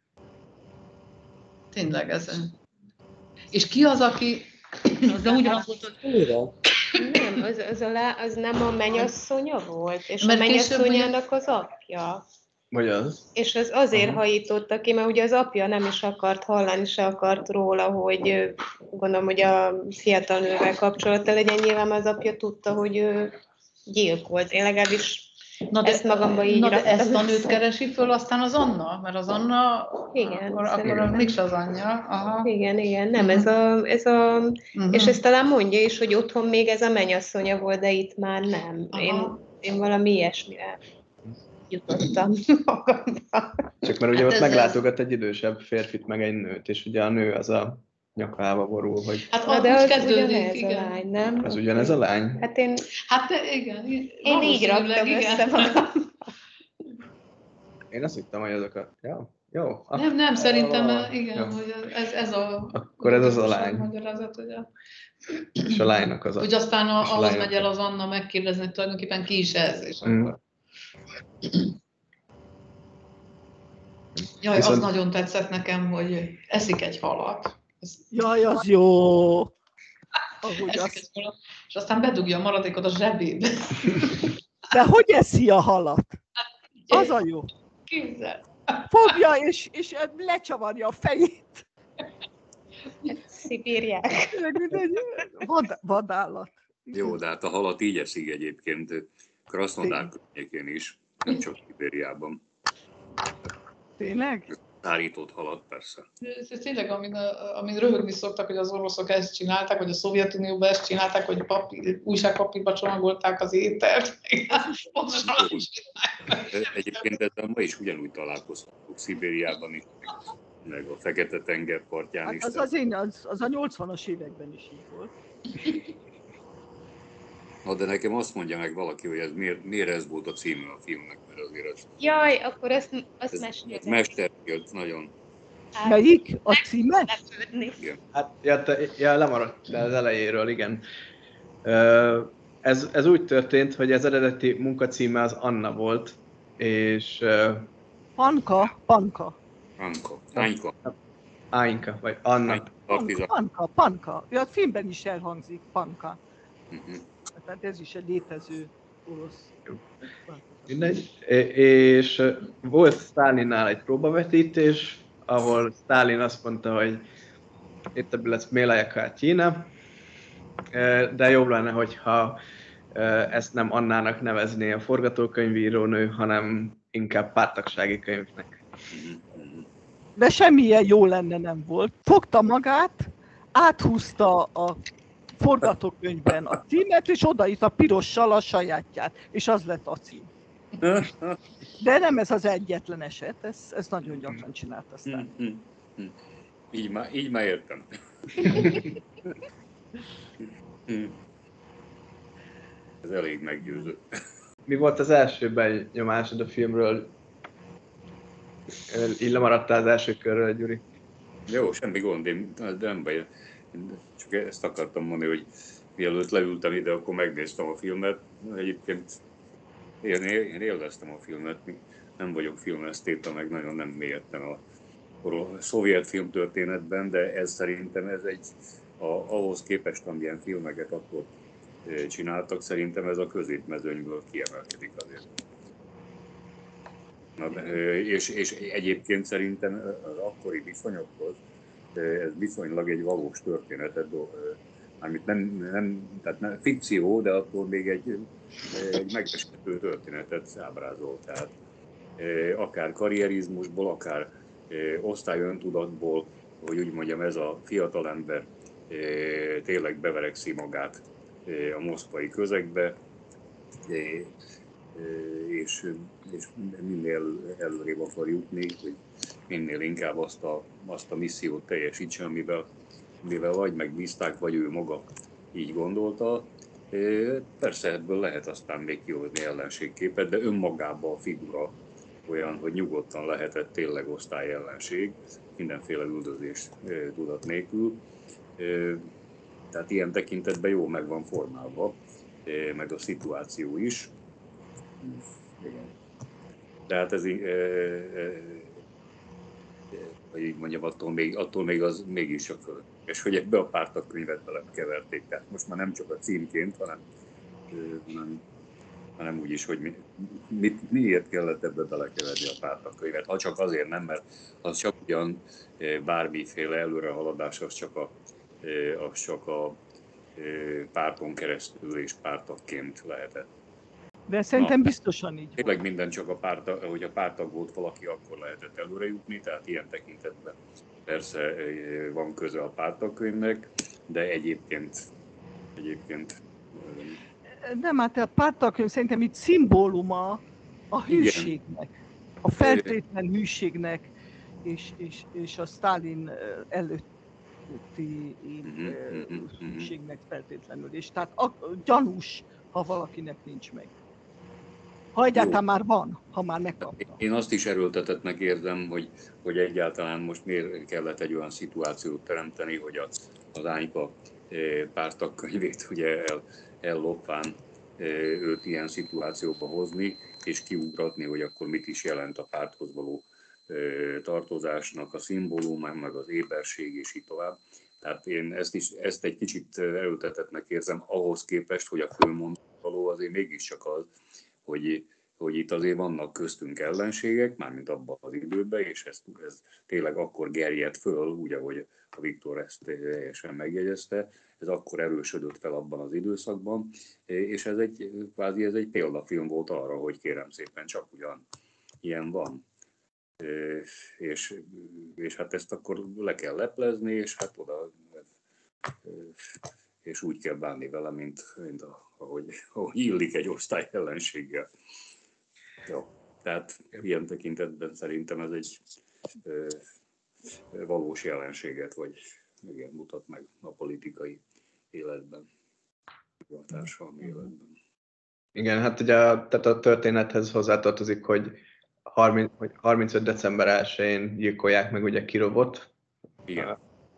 Tényleg ez. És ki az, aki... Az nem ugyanaz volt, hogy... Nem, az nem a mennyasszonya volt, és Mert a később mennyasszonyának az apja. Vagy az? És az azért Aha. hajította ki, mert ugye az apja nem is akart hallani, se akart róla, hogy gondolom, hogy a fiatal nővel kapcsolata legyen. Nyilván az apja tudta, hogy ő gyilkolt. Én legalábbis ezt magamba így de raktam ezt a nőt össze. keresi föl, aztán az Anna? Mert az Anna, Igen, akkor szerintem. mégse az anyja. Aha. Igen, nem, és ezt talán mondja is, hogy otthon még ez a mennyasszonya volt, de itt már nem. Én valami ilyesmire jutottam magamban. Csak mert ugye Hát ott ez- meglátogat egy idősebb férfit, meg egy nőt, és ugye a nő az a nyakába borul, hogy Hát Na, de úgy az kezdődik, ugyanez a igen. lány, nem? az ugyanez a lány. Hát én Igen. így raktam valószínűleg, össze magam. Én azt hittem, hogy azok a... Jó. Nem, szerintem igen, Jó. hogy ez a... Akkor ez az a lány. Magyarázat, hogy És a lánynak az a... hogy aztán és a ahhoz lánynak megy el az Anna megkérdezni, hogy tulajdonképpen ki is ez, és Mm. akkor... Jaj, Viszont- az nagyon tetszett nekem, hogy eszik egy halat. Jaj, az jó! Ahogy Eszik az... egy halat, és aztán bedugja a maradékot a zsebébe. De hogy eszi a halat? Az a jó. Képzeld. Fogja és lecsavarja a fejét. Szibírják. Tényleg, mint egy vadállat. Jó, de hát a halat így eszik egyébként Krasznodár környékén is, nem csak Szibériában. Tényleg? Szárított halat persze. Ez tényleg, amin röhögni szoktak, hogy az oroszok ezt csinálták, vagy a Szovjetunióban ezt csinálták, hogy újságpapírba csomagolták az ételt. Pontosan azt csinálják. Egyébként ezzel ma is ugyanúgy találkozhatunk Szibériában is, meg a Fekete-tenger partján is. Hát az a 80-as években is így volt. Na, de nekem azt mondja meg valaki, hogy ez miért ez volt a címe a filmnek, mert azért ez Jaj, akkor azt mesélj. mesterkélt nagyon. Melyik? A címe? Hát, lemaradt az elejéről, igen. Ez úgy történt, hogy az eredeti munkacíme az Anna volt, és... Panka. Ányka, vagy Anna. Panka. Ja, a filmben is elhangzik, Panka. Uh-huh. Tehát ez is egy létező orosz. Mindegy. És volt Sztálinnál egy próbavetítés, ahol Sztálin azt mondta, hogy itt lesz Mélaya Katyina, de jobb lenne, hogyha ezt nem Annának nevezné a forgatókönyvírónő, hanem inkább párttagsági könyvnek. De semmilyen jó lenne nem volt. Fogta magát, áthúzta a forgatókönyvben a címet, és odaírt a pirossal a sajátját, és az lett a cím. De nem ez az egyetlen eset, ez nagyon gyakran csinált aztán. Így már értem. Ez elég meggyőző. Mi volt az első benyomásod a filmről? Így lemaradtál az első körről, Gyuri. Jó, semmi gond, de nem baj. Csak ezt akartam mondani, hogy mielőtt leültem ide, akkor megnéztem a filmet. Egyébként én élveztem a filmet, nem vagyok filmesztéta, meg nagyon nem mélyedtem a szovjet filmtörténetben, de ez szerintem ez ahhoz képest, amilyen filmeket akkor csináltak, szerintem ez a középmezőnyből kiemelkedik azért. És egyébként szerintem az akkori viszonyokhoz ez viszonylag egy valós történetet, amit tehát fikció, de akkor még egy megbeszélhető történetet ábrázol. Tehát akár karrierizmusból, akár osztályöntudatból, hogy úgy mondjam, ez a fiatalember tényleg beverekszi magát a moszkvai közegbe, és minél előrébb akar jutni, hogy minél inkább azt a missziót teljesítse, amivel mivel vagy megbízták, vagy ő maga így gondolta. Persze ebből lehet aztán még kihozni ellenségképet, de önmagában a figura olyan, hogy nyugodtan lehetett tényleg osztályellenség, mindenféle üldözés tudat nélkül. Tehát ilyen tekintetben jól meg van formálva, meg a szituáció is. Igen. Tehát ez hogy így mondjam, attól még az mégis a és hogy ebbe a pártagkönyvet belekeverték. Tehát most már nem csak a címként, hanem úgy is, hogy miért kellett ebbe belekeverni a pártagkönyvet. Ha csak azért nem, mert az csak ugyan bármiféle előrehaladás, az csak a párton keresztül és pártagként lehetett. De szerintem biztosan így. Tényleg minden csak hogy a pártag volt valaki, akkor lehetett előre jutni, tehát ilyen tekintetben persze van köze a pártagkönyvnek, de egyébként nem, hát a pártagkönyv szerintem itt szimbóluma a hűségnek, a feltétlen hűségnek, és a Sztálin előtti hűségnek feltétlenül. És tehát gyanús, ha valakinek nincs meg. Ha egyáltalán már van, ha már megkapta. Én azt is erőltetettnek érzem, hogy egyáltalán most miért kellett egy olyan szituációt teremteni, hogy az Ányka pártagkönyvét ugye ellopván őt ilyen szituációba hozni, és kiugratni, hogy akkor mit is jelent a párthoz való tartozásnak a szimbóluma, meg az éberség, és így tovább. Tehát én ezt egy kicsit erőltetettnek érzem ahhoz képest, hogy a főmondatvaló azért mégiscsak az, hogy itt azért vannak köztünk ellenségek, mármint abban az időben, és ez tényleg akkor gerjedt föl, úgy, ahogy a Viktor ezt teljesen megjegyezte, ez akkor erősödött fel abban az időszakban, és ez egy példafilm volt arra, hogy kérem szépen, csak ugyan ilyen van. És hát ezt akkor le kell leplezni, és hát oda, és úgy kell bánni vele, mint ahogy illik egy osztály ellenséggel. Jó, tehát ilyen tekintetben szerintem ez egy valós jelenséget, vagy igen, mutat meg a politikai életben, a társadalmi életben. Igen, hát ugye tehát a történethez hozzátartozik, hogy 35. december 1-én gyilkolják meg ugye Kirovot. Igen.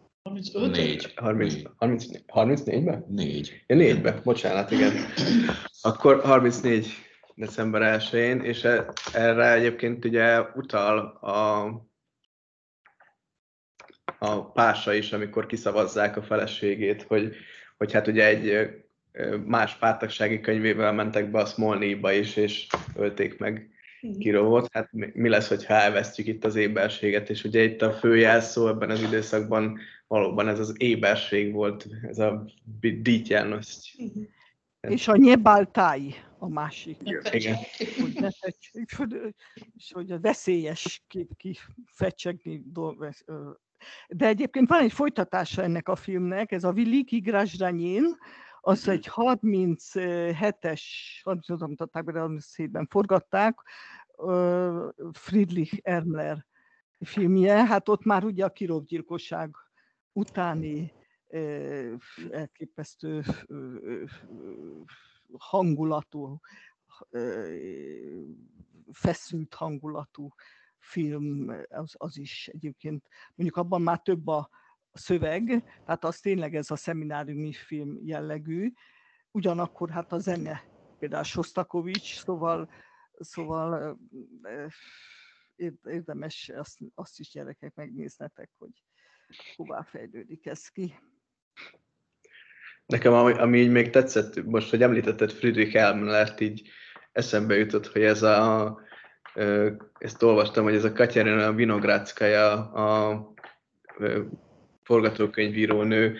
34-ben? 4. Ja, 4-ben, bocsánat, igen. Akkor 34. december 1-én, és erre egyébként ugye utal a pása is, amikor kiszavazzák a feleségét, hogy hát ugye egy más párttagsági könyvével mentek be a Smolnyba is, és ölték meg Kirovot. Hát mi lesz, hogyha elvesztjük itt az éberséget, és ugye itt a fő jelszó ebben az időszakban valóban ez az éberség volt, ez a ditjánost. És a nyebaltáj a másik. Igen. És hogy a veszélyes kifecsegni dolgok. De egyébként van egy folytatása ennek a filmnek, ez a Veliki Graždanin, az egy 37-ben forgatták, Friedrich Ermler filmje, hát ott már ugye a Kirov gyilkosság utáni elképesztő hangulatú, feszült hangulatú film, az is egyébként, mondjuk abban már több a szöveg, tehát az tényleg ez a szemináriumi film jellegű, ugyanakkor hát a zene, például Sostakovics, szóval érdemes azt is gyerekek megnéznetek, hogy hová fejlődik ez ki. Nekem ami így még tetszett, most, hogy említetted Friedrich Ermlert, így eszembe jutott, hogy ezt olvastam, hogy ez a Katyarina Vinogradskaja, a forgatókönyvírónő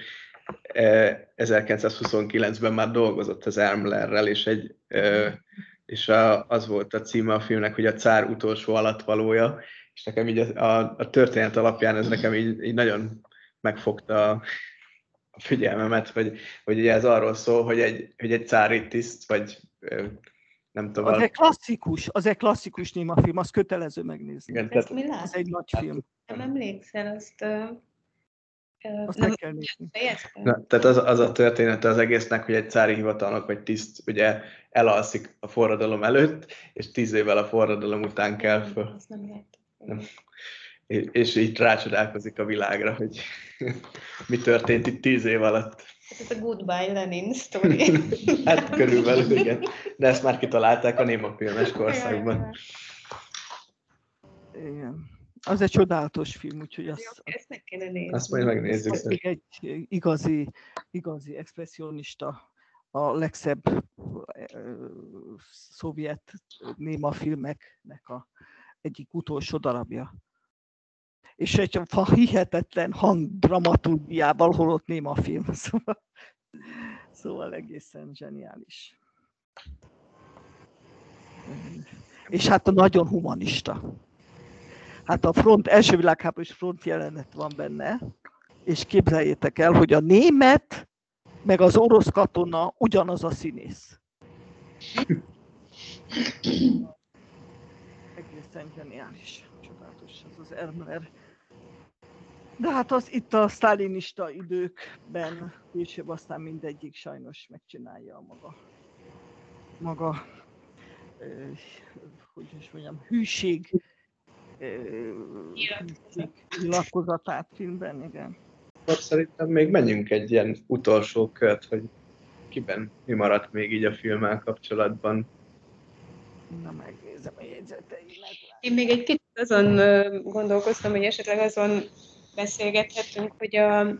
1929-ben már dolgozott az Ermlerrel, és az volt a címe a filmnek, hogy a cár utolsó alattvalója, és nekem így a történet alapján ez nekem így nagyon megfogta a figyelmemet, hogy ugye ez arról szól, hogy egy cári tiszt, vagy nem tudom. Az egy klasszikus némafilm, az kötelező megnézni. Igen, ezt mi látjuk? Az egy nagy film. Nem emlékszel, azt Azt Nem meg kell nézni. fejeztem? Na, tehát az a története az egésznek, hogy egy cári hivatalnok vagy tiszt ugye elalszik a forradalom előtt, és 10 évvel a forradalom után kell föl. Azt nem lehet. Nem. És így rácsodálkozik a világra, hogy mi történt itt 10 év alatt. Ez a Goodbye Lenin story. Hát körülbelül igen. De ezt már kitalálták a némafilmes korszakban. Igen. Az egy csodálatos film, úgyhogy Ezt meg kéne nézni. Azt majd megnézzük. az egy igazi expresszionista, a legszebb szovjet némafilmeknek egyik utolsó darabja. És egy hihetetlen hangdramatúrgiával holott némafilm. Szóval egészen zseniális. És hát a nagyon humanista. Hát a első világháborús front jelenet van benne, és képzeljétek el, hogy a német meg az orosz katona ugyanaz a színész. Egészen zseniális, csodálatos az Ermler. De hát itt a sztálinista időkben később aztán mindegyik sajnos megcsinálja a maga hogy is mondjam, hűség nyilatkozatát filmben, igen. Akkor szerintem még menjünk egy ilyen utolsó kört, hogy mi maradt még így a filmmel kapcsolatban. Na, megnézem a jegyzeteimet. Én még egy kicsit azon gondolkoztam, hogy esetleg azon beszélgethetünk, hogy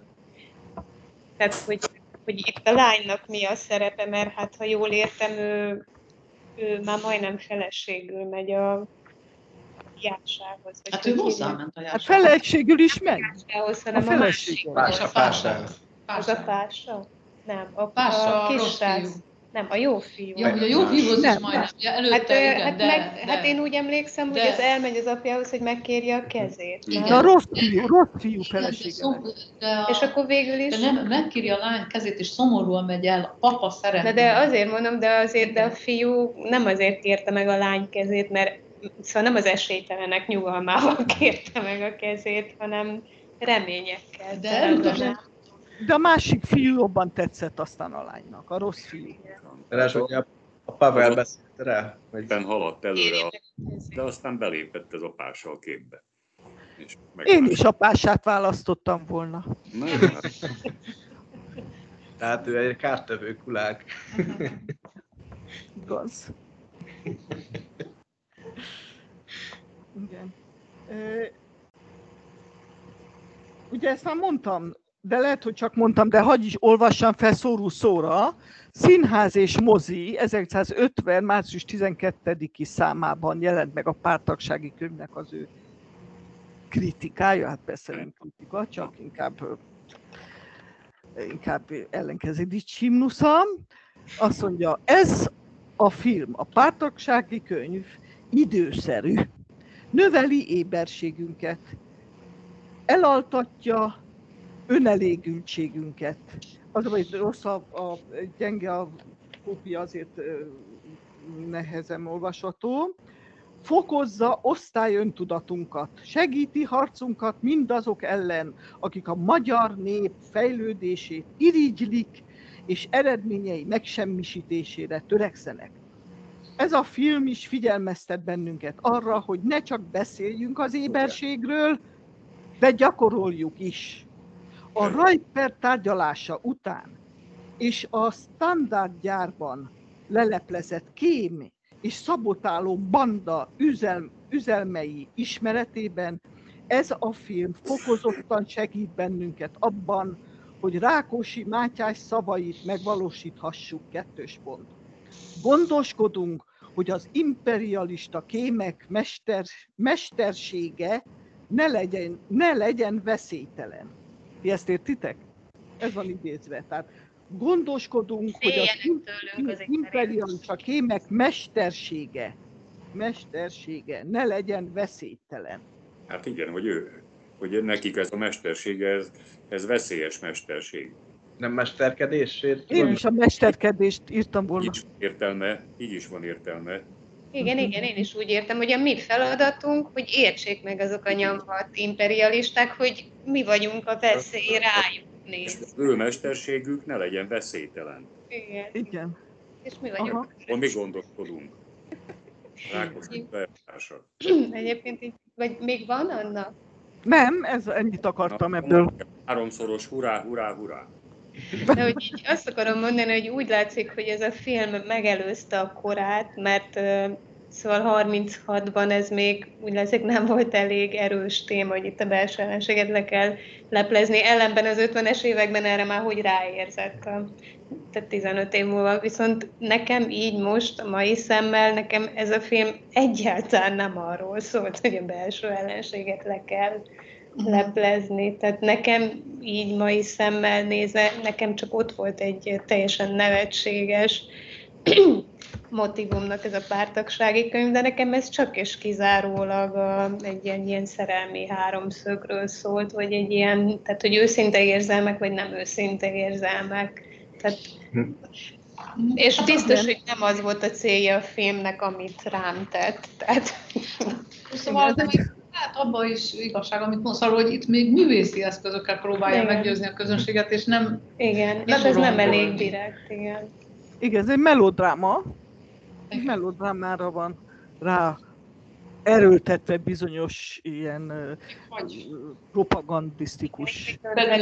hogy itt a lánynak mi a szerepe, mert hát ha jól értem, ő már majdnem feleségül megy a Jásához. Hát ő hozzáment a Hát Jásához. feleségül is megy. Jásához, A hanem a másik. feleségül. Az a pása? Nem, a Pása, a kis rossz srác. fiú. Nem, a jó fiú. Ja, hogy a jó fiúhoz is Nem. majdnem. Ja, előtte, igen, de... Hát én úgy emlékszem, hogy de- ez elmegy az apjához, hogy megkérje a kezét. Igen. De a rossz fiú felesége. És akkor végül is... De nem, megkéri a lány kezét, és szomorúan megy el, a papa szeretne. Na de azért mondom, de a fiú nem azért kérte meg a lány kezét, mert szóval nem az esélytelenek nyugalmával kérte meg a kezét, hanem reményekkel. De elutasított. De a másik fiú jobban tetszett aztán a lánynak, a rossz fiú. Ráadásul ugye a Pavel beszélt rá, hogy Éppen haladt előre, de aztán belépett ez a pása a képbe. És Én is a pását választottam volna. Nem, tehát ő egy kártevő kulák. Igaz. Igen. Ugye ezt már mondtam, de lehet, hogy csak mondtam, de hagyj is olvassam fel szóról szóra. Színház és mozi 1950. március 12-i számában jelent meg a párttagsági könyvnek az ő kritikája, hát persze nem kritika, csak inkább ellenkezés himnusza. Azt mondja, ez a film, a párttagsági könyv időszerű, növeli éberségünket, elaltatja önelégültségünket. Az, hogy rossz a gyenge a kópia, azért nehezen olvasható. Fokozza osztályöntudatunkat, segíti harcunkat mindazok ellen, akik a magyar nép fejlődését irigylik, és eredményei megsemmisítésére törekszenek. Ez a film is figyelmeztet bennünket arra, hogy ne csak beszéljünk az éberségről, de gyakoroljuk is. A Rajper tárgyalása után és a Standard gyárban leleplezett kém és szabotáló banda üzelmei ismeretében ez a film fokozottan segít bennünket abban, hogy Rákosi Mátyás szavait megvalósíthassuk. Gondoskodunk, hogy az imperialista kémek mestersége ne legyen veszélytelen. Ti ezt értitek? Ez van idézve. Tehát gondoskodunk, hogy az imperialista kémek mestersége ne legyen veszélytelen. hát igen, hogy nekik ez a mestersége, ez veszélyes mesterség. Nem mesterkedésért? Én is a mesterkedést írtam volna. Így is van értelme, Igen, én is úgy értem, hogy a mi feladatunk, hogy értsék meg azok a nyomvat imperialisták, hogy mi vagyunk a veszély rájuk És néz. ő mesterségük ne legyen veszélytelen. Igen. Igen. És mi vagyunk. Aha. Akkor mi gondoskodunk? Rákosunk bejárása. Egyébként így, vagy még van annak? Nem, ennyit akartam ebből. Háromszoros hurrá, hurrá, hurrá. De hogy így azt akarom mondani, hogy úgy látszik, hogy ez a film megelőzte a korát, mert szóval 36-ban ez még úgy látszik nem volt elég erős téma, hogy itt a belső ellenséget le kell leplezni. Ellenben az 50-es években erre már hogy ráérzett, tehát 15 év múlva. Viszont nekem így most, a mai szemmel, nekem ez a film egyáltalán nem arról szólt, hogy a belső ellenséget le kell leplezni. Tehát nekem így mai szemmel nézve, nekem csak ott volt egy teljesen nevetséges motivumnak ez a párttagsági könyv, de nekem ez csak és kizárólag egy ilyen szerelmi háromszögről szólt, vagy egy ilyen, tehát hogy őszinte érzelmek, vagy nem őszinte érzelmek. Tehát, és biztos, hogy nem az volt a célja a filmnek, amit rám tett. Tehát... Szóval de még hát abban is igazság, amit mondasz arról, hogy itt még művészi eszközökkel próbálja meggyőzni a közönséget, és nem... Igen, és ez nem elég direkt, igen. Igen, ez egy melodráma. Egy melodrámára van rá erőltetve bizonyos ilyen propagandisztikus.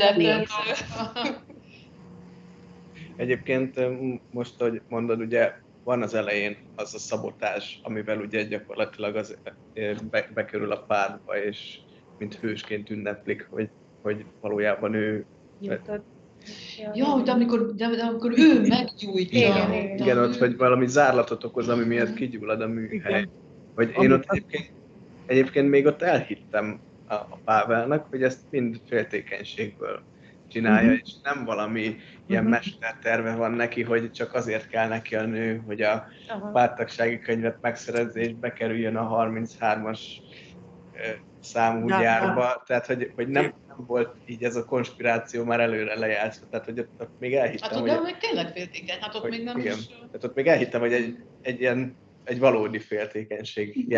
Egyébként most, hogy mondod, ugye van az elején az a szabotás, amivel ugye gyakorlatilag az bekerül a pártba, és mint hősként ünneplik, hogy valójában ő... Ja, de amikor ő meggyújtja. Igen, ott hogy valami zárlatot okoz, ami miatt kigyullad a műhely. Hogy én ott egyébként még ott elhittem a Pávelnak, hogy ezt mind féltékenységből csinálja, és nem valami ilyen mesterterve van neki, hogy csak azért kell neki a nő, hogy a párttagsági könyvet megszerezze, és bekerüljön a 33-as számú gyárba. Tehát, hogy nem volt így ez a konspiráció már előre lejátszva. Tehát, hogy ott még elhittem, hát, hogy... Hát meg tényleg féltékeny, hát ott még nem igen, is... Tehát ott még elhittem, hogy egy valódi féltékenység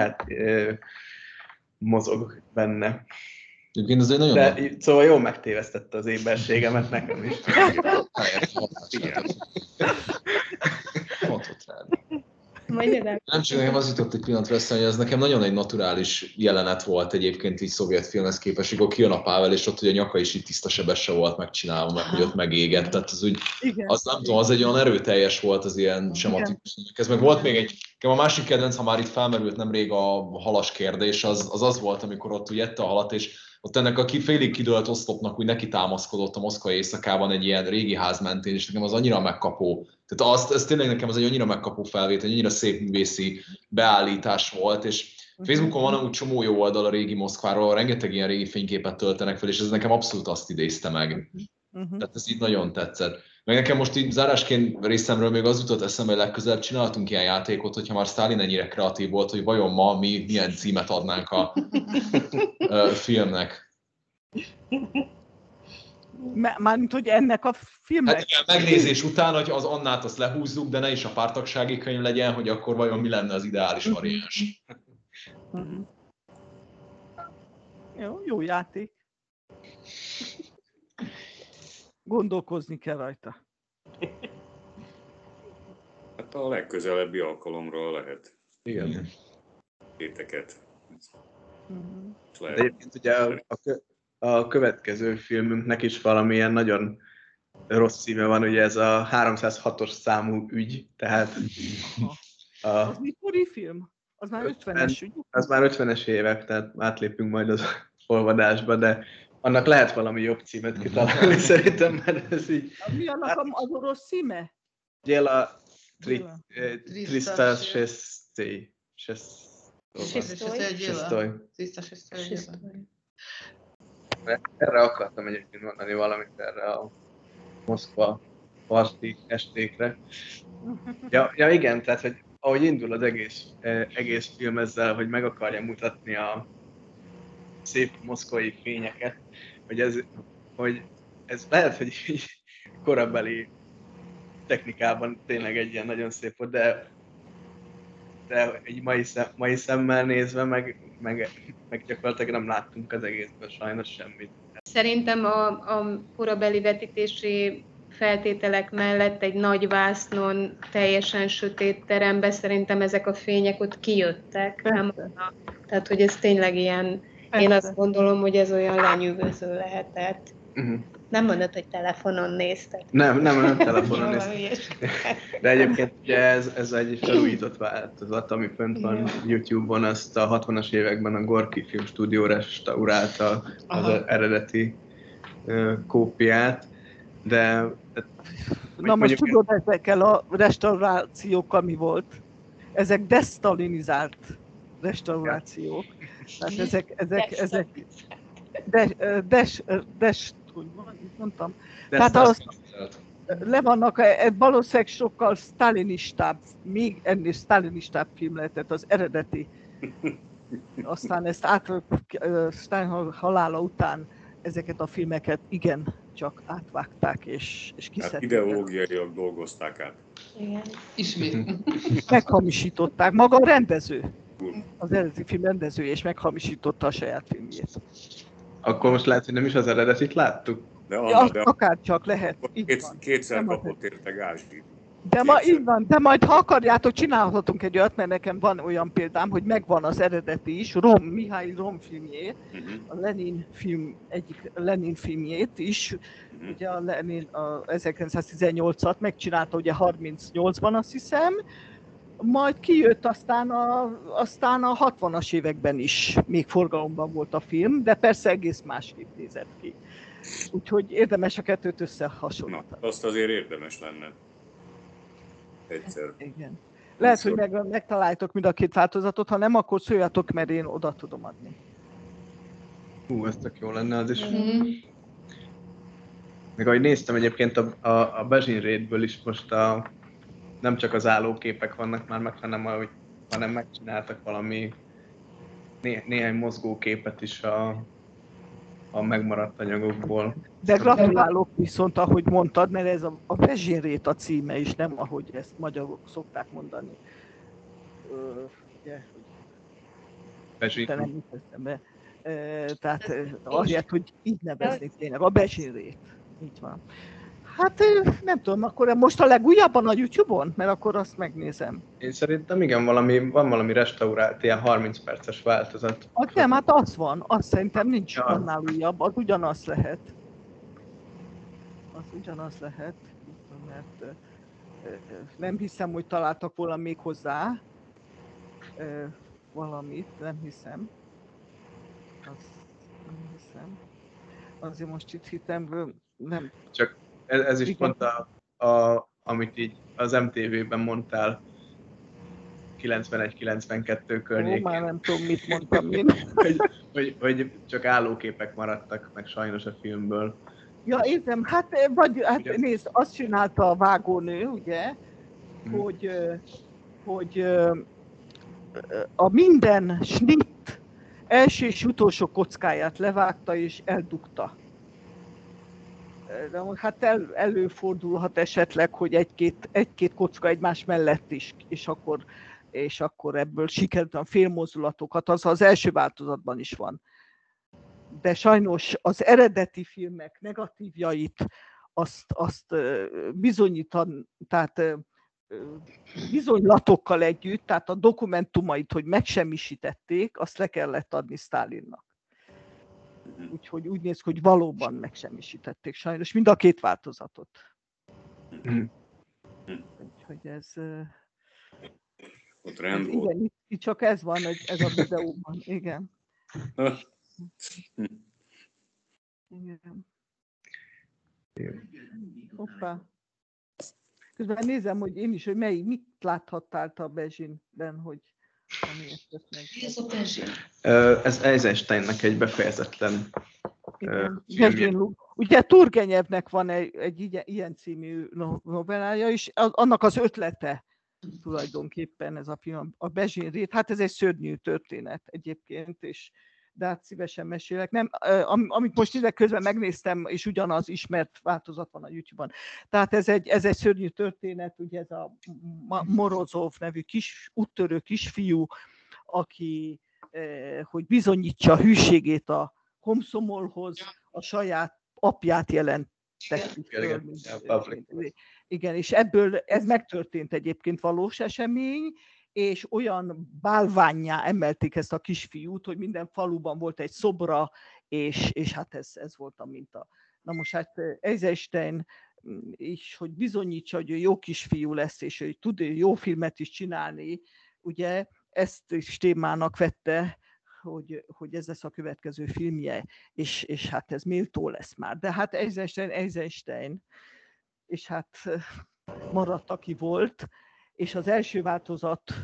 mozog benne. Ez egy nagyon de szóval jól megtévesztette az éberségemet nekem is. Mondhat rád. Nem csak nekem az jutott egy pillanatra eszembe, hogy ez nekem nagyon egy naturális jelenet volt egyébként így szovjet filmhez képest, amikor kijön a Pável, és ott, hogy a nyaka is így tiszta sebesse volt megcsinálva, meg hogy ott megégett. Tehát az úgy, az nem tudom, az egy olyan erőteljes volt az ilyen sematikus. Ez meg volt még egy, a másik kedvenc, ha már itt felmerült nemrég a halas kérdés, az volt, amikor ott úgy ette a halat, és ott ennek a félig kidőlt oszlopnak úgy neki támaszkodott a moszkvai éjszakában egy ilyen régi ház mentén, és nekem az annyira megkapó. Tehát ez tényleg nekem az egy annyira megkapó felvétel, egy annyira szép művészi beállítás volt, és Facebookon van amúgy csomó jó oldal a régi Moszkváról, rengeteg ilyen régi fényképet töltenek fel, és ez nekem abszolút azt idézte meg. Tehát ez így nagyon tetszett. Meg nekem most így zárásként részemről még az jutott eszembe, hogy legközelebb csináltunk ilyen játékot, hogyha már Sztálin ennyire kreatív volt, hogy vajon ma mi milyen címet adnánk a filmnek. Mármint, hogy ennek a filmnek? Hát igen, megnézés után, hogy az Annát azt lehúzzuk, de ne is a párttagsági könyv legyen, hogy akkor vajon mi lenne az ideális variáns. Jó játék. Gondolkozni kell rajta. Hát a legközelebbi alkalomra lehet. Igen. Péteket. De egyébként ugye a következő filmünknek is valamilyen nagyon rossz szíve van, ugye ez a 306-os számú ügy, tehát... Az mikori film? Az már 50-es ügy? Az már 50-es évek, tehát átlépünk majd az olvadásba, de annak lehet valami jobb címet kitalálni szerintem, mert ez így... Mi annak az orosz címe? Gyela Trista Sestoi. Erre akartam egyébként mondani valamit erre a Moszkva parti estékre. Ja igen, tehát hogy ahogy indul az egész film ezzel, hogy meg akarja mutatni a szép moszkvai fényeket, hogy ez lehet, hogy így korabeli technikában tényleg egy ilyen nagyon szép volt, de de egy mai szemmel nézve, meg gyakorlatilag nem láttunk az egészből sajnos semmit. Szerintem a korabeli vetítési feltételek mellett egy nagy vásznon, teljesen sötét teremben szerintem ezek a fények ott kijöttek. Nem, tehát, hogy ez tényleg ilyen, én azt gondolom, hogy ez olyan lenyűgöző lehetett. Nem mondod, hogy telefonon nézted. Nem telefonon nézted. De egyébként ugye ez egy felújított változat, ami fönt van YouTube-on, azt a 60-as években a Gorki Filmstúdió restaurálta az eredeti kópiát, de... Na most tudod, ezekkel a restaurációkkal mi volt? Ezek desztalinizált restaurációk. Tehát ezek hogy mondtam. Tehát le vannak, valószínűleg sokkal sztálinistább, még ennél sztálinistább film lehetett az eredeti. Aztán ezt Stalin halála után ezeket a filmeket igen csak átvágták és kiszedték. Hát ideológiailag dolgozták át. Igen. Ismét. Meghamisították. Maga a rendező, az eredeti film rendezője, és meghamisította a saját filmjét. Akkor most lehet, hogy nem is az eredetit láttuk? De akár csak lehet. Kétszer kapott érte gázsit. Így van, de majd ha akarjátok, csinálhatunk egy olyat, mert nekem van olyan példám, hogy megvan az eredeti is, Mihály Rom filmjét, a Lenin film, egyik Lenin filmjét is, ugye a Lenin a 1918-at megcsinálta ugye 38-ban, azt hiszem, majd kijött aztán a 60-as években is még forgalomban volt a film, de persze egész másképp nézett ki. Úgyhogy érdemes a kettőt összehasonlítani. Na, azt azért érdemes lenne. Egyszer. Igen. Lehet, hogy megtaláljátok mind a két változatot, ha nem, akkor szóljatok, mert én oda tudom adni. Ez tök jó lenne az is. Még ahogy néztem egyébként a Bezsinrétből is most nem csak az állóképek vannak már meg, hanem megcsináltak valami néhány mozgóképet is a megmaradt anyagokból. De gratulálok viszont, ahogy mondtad, mert ez a Bezsinrét a címe is, nem ahogy ezt magyarok szokták mondani. Bezsin. Te nem jutott be. Tehát azért, hogy így neveznék tényleg, a Bezsinrét. Így van. Hát nem tudom, akkor most a legújabban a YouTube-on? Mert akkor azt megnézem. Én szerintem igen, van valami restaurált, ilyen 30 perces változat. Nem, hát az van, azt szerintem nincs annál újabb, az ugyanaz lehet. Mert nem hiszem, hogy találtak volna még hozzá valamit, nem hiszem. Azért most itt hittem, nem. Csak ez is pont amit így az MTV-ben mondtál 91-92 környékén. Már nem tudom, mit mondtam én. hogy csak állóképek maradtak meg sajnos a filmből. Ja, értem, hát nézd, azt csinálta a vágónő, ugye, hogy a minden snitt első és utolsó kockáját levágta és eldugta. Hát előfordulhat esetleg, hogy egy-két kocka egymás mellett is, és akkor ebből sikerült a félmozdulatokat, az első változatban is van. De sajnos az eredeti filmek negatívjait azt tehát bizonylatokkal együtt, tehát a dokumentumait, hogy megsemmisítették, azt le kellett adni Sztálinnak. Úgyhogy úgy néz ki, hogy valóban megsemmisítették sajnos mind a két változatot. Úgyhogy ez... Ott rend volt. Igen, itt csak ez van, ez a videóban. Igen. Igen. Hoppá. Közben nézem, hogy én is, hogy mit láthattál a Bezsinben, hogy amiért meg. Ez a Bezsin? Ez Eisensteinnek egy befejezetlen filmje. Ugye Turgenevnek van egy ilyen című novellája is, annak az ötlete tulajdonképpen ez a film, a Bezsinrét. Hát ez egy szörnyű történet egyébként, és de hát szívesen mesélek. Nem, amit most ide közben megnéztem, és ugyanaz ismert változat van a YouTube-on. Tehát ez egy szörnyű történet, ugye ez a Morozov nevű úttörő kisfiú, aki, hogy bizonyítsa a hűségét a Komszomolhoz, a saját apját jelentettük föl. Igen, és ebből ez megtörtént egyébként valós esemény, és olyan bálvánnyá emelték ezt a kisfiút, hogy minden faluban volt egy szobra, és hát ez volt a minta. Na most hát Eisenstein is, hogy bizonyítsa, hogy ő jó kisfiú lesz, és hogy tud jó filmet is csinálni, ugye ezt is témának vette, hogy ez lesz a következő filmje, és hát ez méltó lesz már. De hát Eisenstein, és hát maradt, aki volt, és az első változat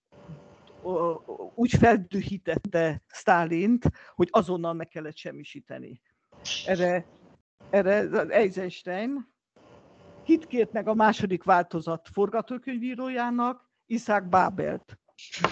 úgy feldühítette Sztálint, hogy azonnal meg kellett semmisíteni. Erre Eisenstein kit kért meg a második változat forgatókönyvírójának? Isaac Babelt.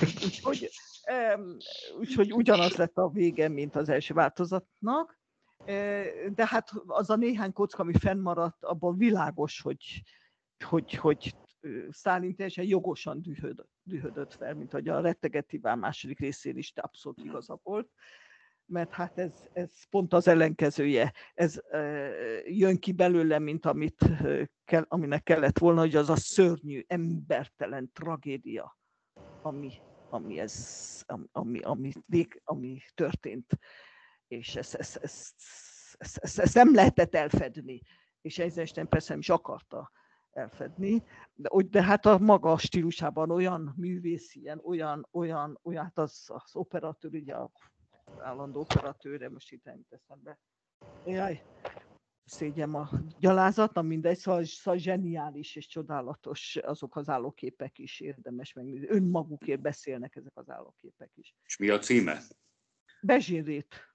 Úgyhogy ugyanaz lett a vége, mint az első változatnak. De hát az a néhány kocka, ami fennmaradt, abban világos, hogy Sztálin teljesen jogosan dühödött fel, mint hogy a Retteget Iván második részén is abszolút igaza volt, mert hát ez pont az ellenkezője. Ez jön ki belőle, mint aminek kellett volna, hogy az a szörnyű, embertelen tragédia, ami történt. És ezt nem lehetett elfedni. És Eisenstein persze nem is akarta elfedni, de hát a maga stílusában olyan művészien, olyan hát az operatőr, ugye az állandó operatőre, most itt nem teszem be. Jaj, szégyem a gyalázat, na mindegy, szóval zseniális és csodálatos azok az állóképek is, érdemes megnézni. Önmagukért beszélnek ezek az állóképek is. És mi a címe? Bezsérét.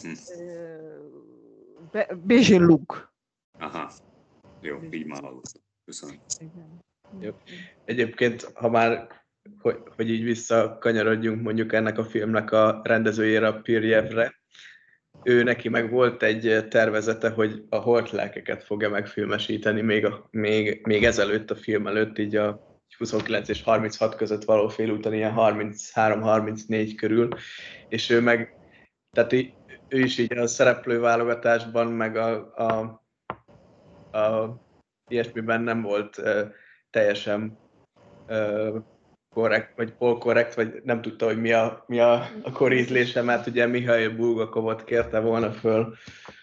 Bézsélug. Aha, jó, így már hallottam. Köszönöm. Jó. Egyébként, ha már, hogy így visszakanyarodjunk mondjuk ennek a filmnek a rendezőjére, a Pirjevre, ő neki meg volt egy tervezete, hogy a holtlelkeket fogja megfilmesíteni még ezelőtt, a film előtt, így a 29 és 36 között való félúton, ilyen 33-34 körül, és ő meg, tehát ő is így a szereplőválogatásban, meg a ilyesmiben nem volt teljesen korrekt, vagy polkorrekt, vagy nem tudta, hogy mi a korízlése, mert ugye Mihail Bulgakovot kérte volna föl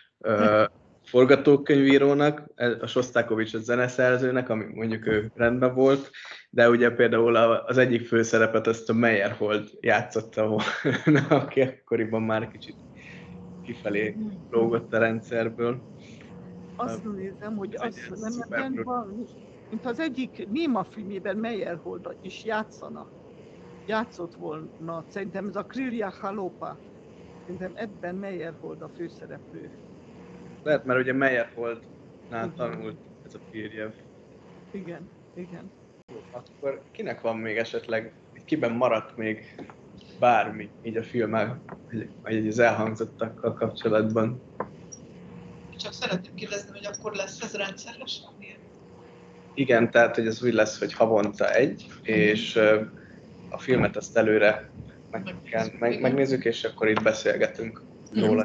forgatókönyvírónak, a Sosztákovics a zeneszerzőnek, ami mondjuk ő rendben volt, de ugye például az egyik főszerepet azt a Meyerhold játszotta volna, aki akkoriban már kicsit kifelé lógott a rendszerből. Azt nézem, hogy az nem van, mint az egyik Néma filmében Meyerhold is játszott volna, szerintem ez a Krylia Halopa, szerintem ebben Meyerhold a főszereplő. Lehet, mert ugye Meyerholdnál tanult ez a Pirjev. Igen. Akkor kinek van még esetleg, kiben maradt még bármi így a filmmel, vagy az elhangzottakkal kapcsolatban? Csak szeretném kérdezni, hogy akkor lesz ez rendszeresen? Igen, tehát hogy ez úgy lesz, hogy havonta egy, és a filmet azt előre megnézzük, és akkor itt beszélgetünk róla.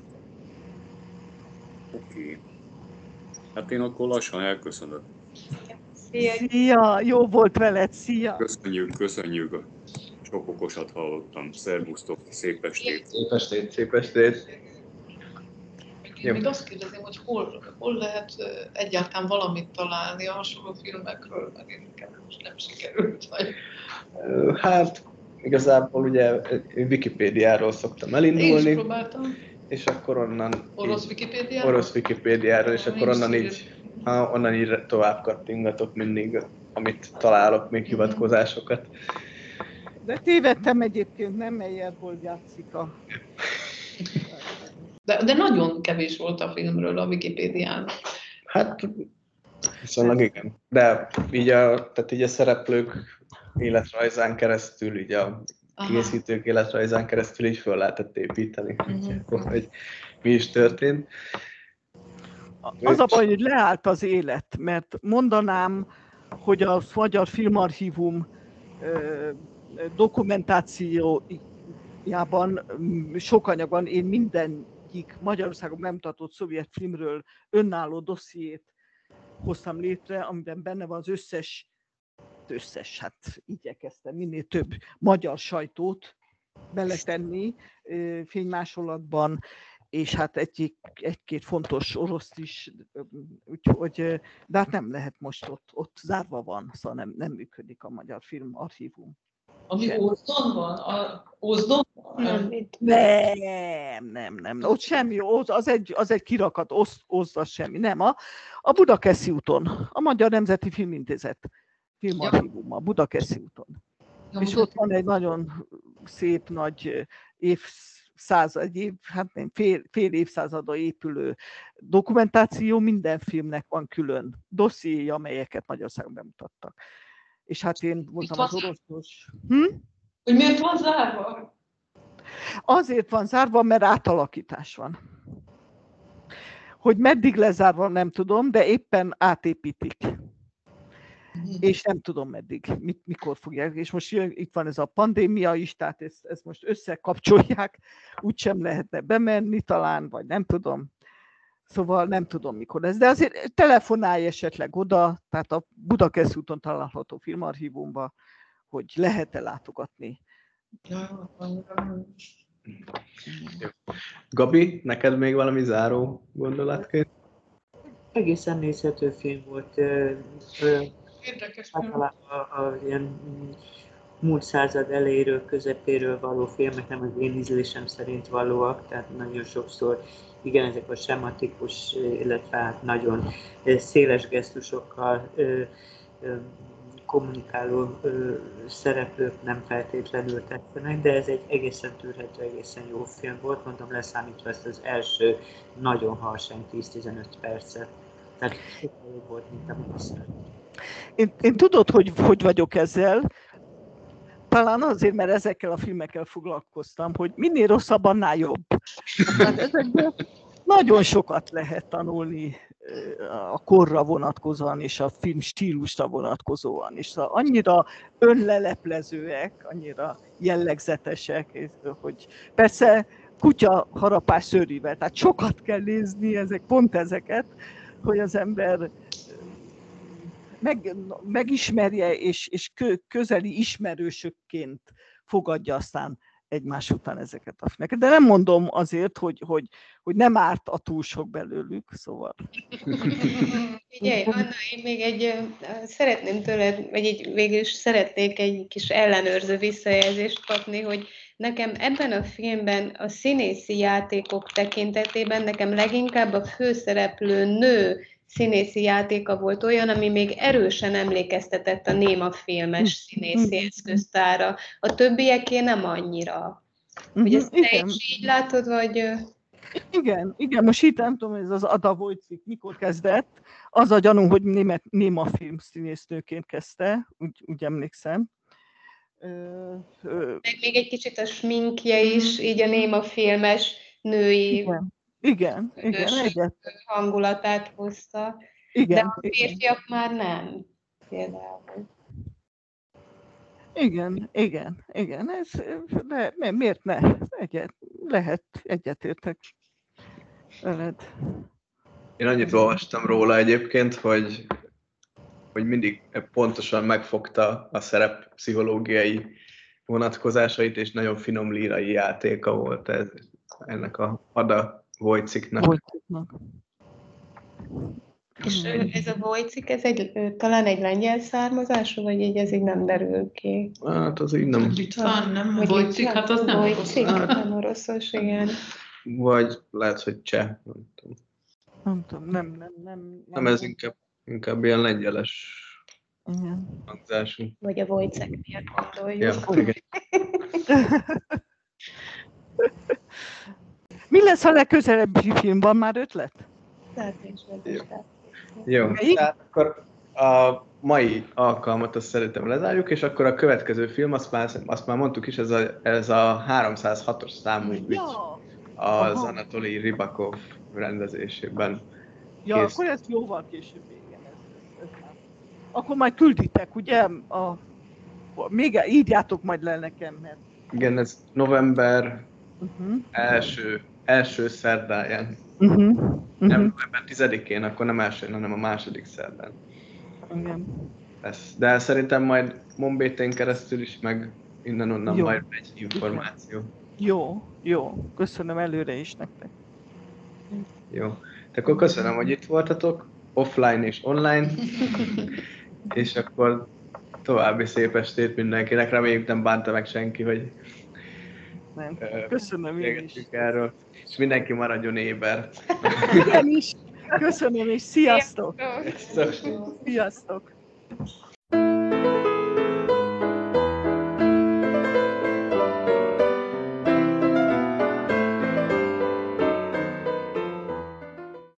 Oké. Hát én akkor lassan elköszönök. Szia! Jó volt veled, szia! Köszönjük. Sok okosat hallottam. Szervusztok, szép estét! Szép estét! Én még azt kérdezem, hogy hol lehet egyáltalán valamit találni a hasonló filmekről, meg én nekem most nem sikerült. Vagy... Hát igazából ugye Wikipédiáról szoktam elindulni. Én is próbáltam. És akkor onnan... Orosz Wikipédiáról? Orosz Wikipédiáról, és akkor onnan így tovább kattingatok mindig, amit találok, még hivatkozásokat. De tévedtem egyébként, nem Meyerhold játszik a... De nagyon kevés volt a filmről a Wikipédián. Hát, viszonylag igen. De így a szereplők életrajzán keresztül, így a készítők életrajzán keresztül is föl lehetett építeni, hogy mi is történt. Az a baj, hogy leállt az élet, mert mondanám, hogy a Magyar Filmarchívum dokumentációjában sok anyagban én mindegyik Magyarországon bemutatott szovjet filmről önálló dossziét hoztam létre, amiben benne van az összes, hát igyekeztem minél több magyar sajtót beletenni fénymásolatban, és hát egy-két fontos oroszt is, úgyhogy, de hát nem lehet most ott zárva van, szóval nem működik a Magyar Filmarchívum. Ami Ózdon van? Ózdon van? Nem. Ott semmi, az egy kirakat, Ózd az semmi. Nem, a Budakeszi úton, a Magyar Nemzeti Filmintézet Filmarchívum, a Budakeszi úton. És ott van egy nagyon szép nagy fél évszázada épülő dokumentáció, minden filmnek van külön dossziéja, amelyeket Magyarországon bemutattak. És hát én voltam az oroszos. Hogy miért van zárva? Azért van zárva, mert átalakítás van. Hogy meddig lesz zárva, nem tudom, de éppen átépítik. És nem tudom meddig, mikor fogják. És most itt van ez a pandémia is, tehát ezt most összekapcsolják, úgysem lehetne bemenni talán, vagy nem tudom. Szóval nem tudom, mikor lesz. De azért telefonálj esetleg oda, tehát a Budakeszi úton található filmarchívumba, hogy lehet-e látogatni. Gabi, neked még valami záró gondolatként? Egészen nézhető film volt. Érdekes. Általában ilyen múlt század elejéről, közepéről való filmek nem az én ízlésem szerint valóak, tehát nagyon sokszor igen, ezek a sematikus, illetve hát nagyon széles gesztusokkal kommunikáló szereplők nem feltétlenül tetszenek, de ez egy egészen tűrhető, egészen jó film volt, mondom, leszámítva ezt az első nagyon harsány 10-15 percet. Tehát sokkal jobb volt, mint amit szeretném. Én tudod, hogy vagyok ezzel, talán azért, mert ezekkel a filmekkel foglalkoztam, hogy minél rosszabb, annál jobb. Hát ezekből nagyon sokat lehet tanulni a korra vonatkozóan, és a film stílusra vonatkozóan, és annyira önleleplezőek, annyira jellegzetesek, hogy persze kutya harapás szőrivel, tehát sokat kell nézni pont ezeket, hogy az ember megismerje, és közeli ismerősökként fogadja aztán egymás után ezeket a filmeket. De nem mondom azért, hogy nem árt a túl sok belőlük, szóval. Figyelj, Anna, én még szeretném tőled, vagy végül is szeretnék egy kis ellenőrző visszajelzést kapni, hogy nekem ebben a filmben a színészi játékok tekintetében nekem leginkább a főszereplő nő színészi játéka volt olyan, ami még erősen emlékeztetett a néma filmes színészi eszköztára. A többieké nem annyira. Hogy ezt te is így látod, vagy... Igen, most itt nem tudom, ez az Ada Wojcik mikor kezdett. Az a gyanúm, hogy néma film színésznőként kezdte, úgy emlékszem. Meg még egy kicsit a sminkje is, így a néma filmes női... Igen, egyet. Hangulatát hozta. Igen, de a férfiak már nem, például. Igen. Miért ne? Lehet, egyetértek veled. Én annyit olvastam róla egyébként, hogy mindig pontosan megfogta a szerep pszichológiai vonatkozásait, és nagyon finom lírai játéka volt ennek a Ada Wojciknak. És ez a Wojcik, ez talán egy lengyel származású, vagy így ez így nem derül ki? Hát az így nem. Litván, nem? Wojcik, hát az nem Wojcik, nem oroszos, igen. Vagy lehet, hogy cseh, nem tudom. Nem tudom, nem ez inkább ilyen lengyeles hangzású. Vagy a Wojcik miatt gondoljuk. Ja, igen. Mi lesz a legközelebbi film? Van már ötlet? Jó, tehát akkor a mai alkalmat azt szerintem lezárjuk, és akkor a következő film, azt már mondtuk is, ez a 306-os számú vicc, Ja, az aha. Anatoli Ribakov rendezésében. Ja, Kész. akkor ez jóval később, igen. Ez már. Akkor majd külditek, ugye? Még írjátok majd le nekem, mert... Igen, ez november Uh-huh. első szerdáján. Uh-huh. Nem Uh-huh. november 10-én, akkor nem első, hanem a második szerdán Igen. lesz. De szerintem majd Monbétén keresztül is, meg innen-onnan Jó. majd megy információ. Jó. Köszönöm előre is nektek. Jó. De akkor köszönöm, hogy itt voltatok, offline és online, és akkor további szép estét mindenkinek. Reméljük nem bánta meg senki, hogy Nem. Köszönöm én is. beszélgettünk erről, és mindenki maradjon éber. Igen is. Köszönöm, és sziasztok! Sziasztok! Sziasztok. Sziasztok!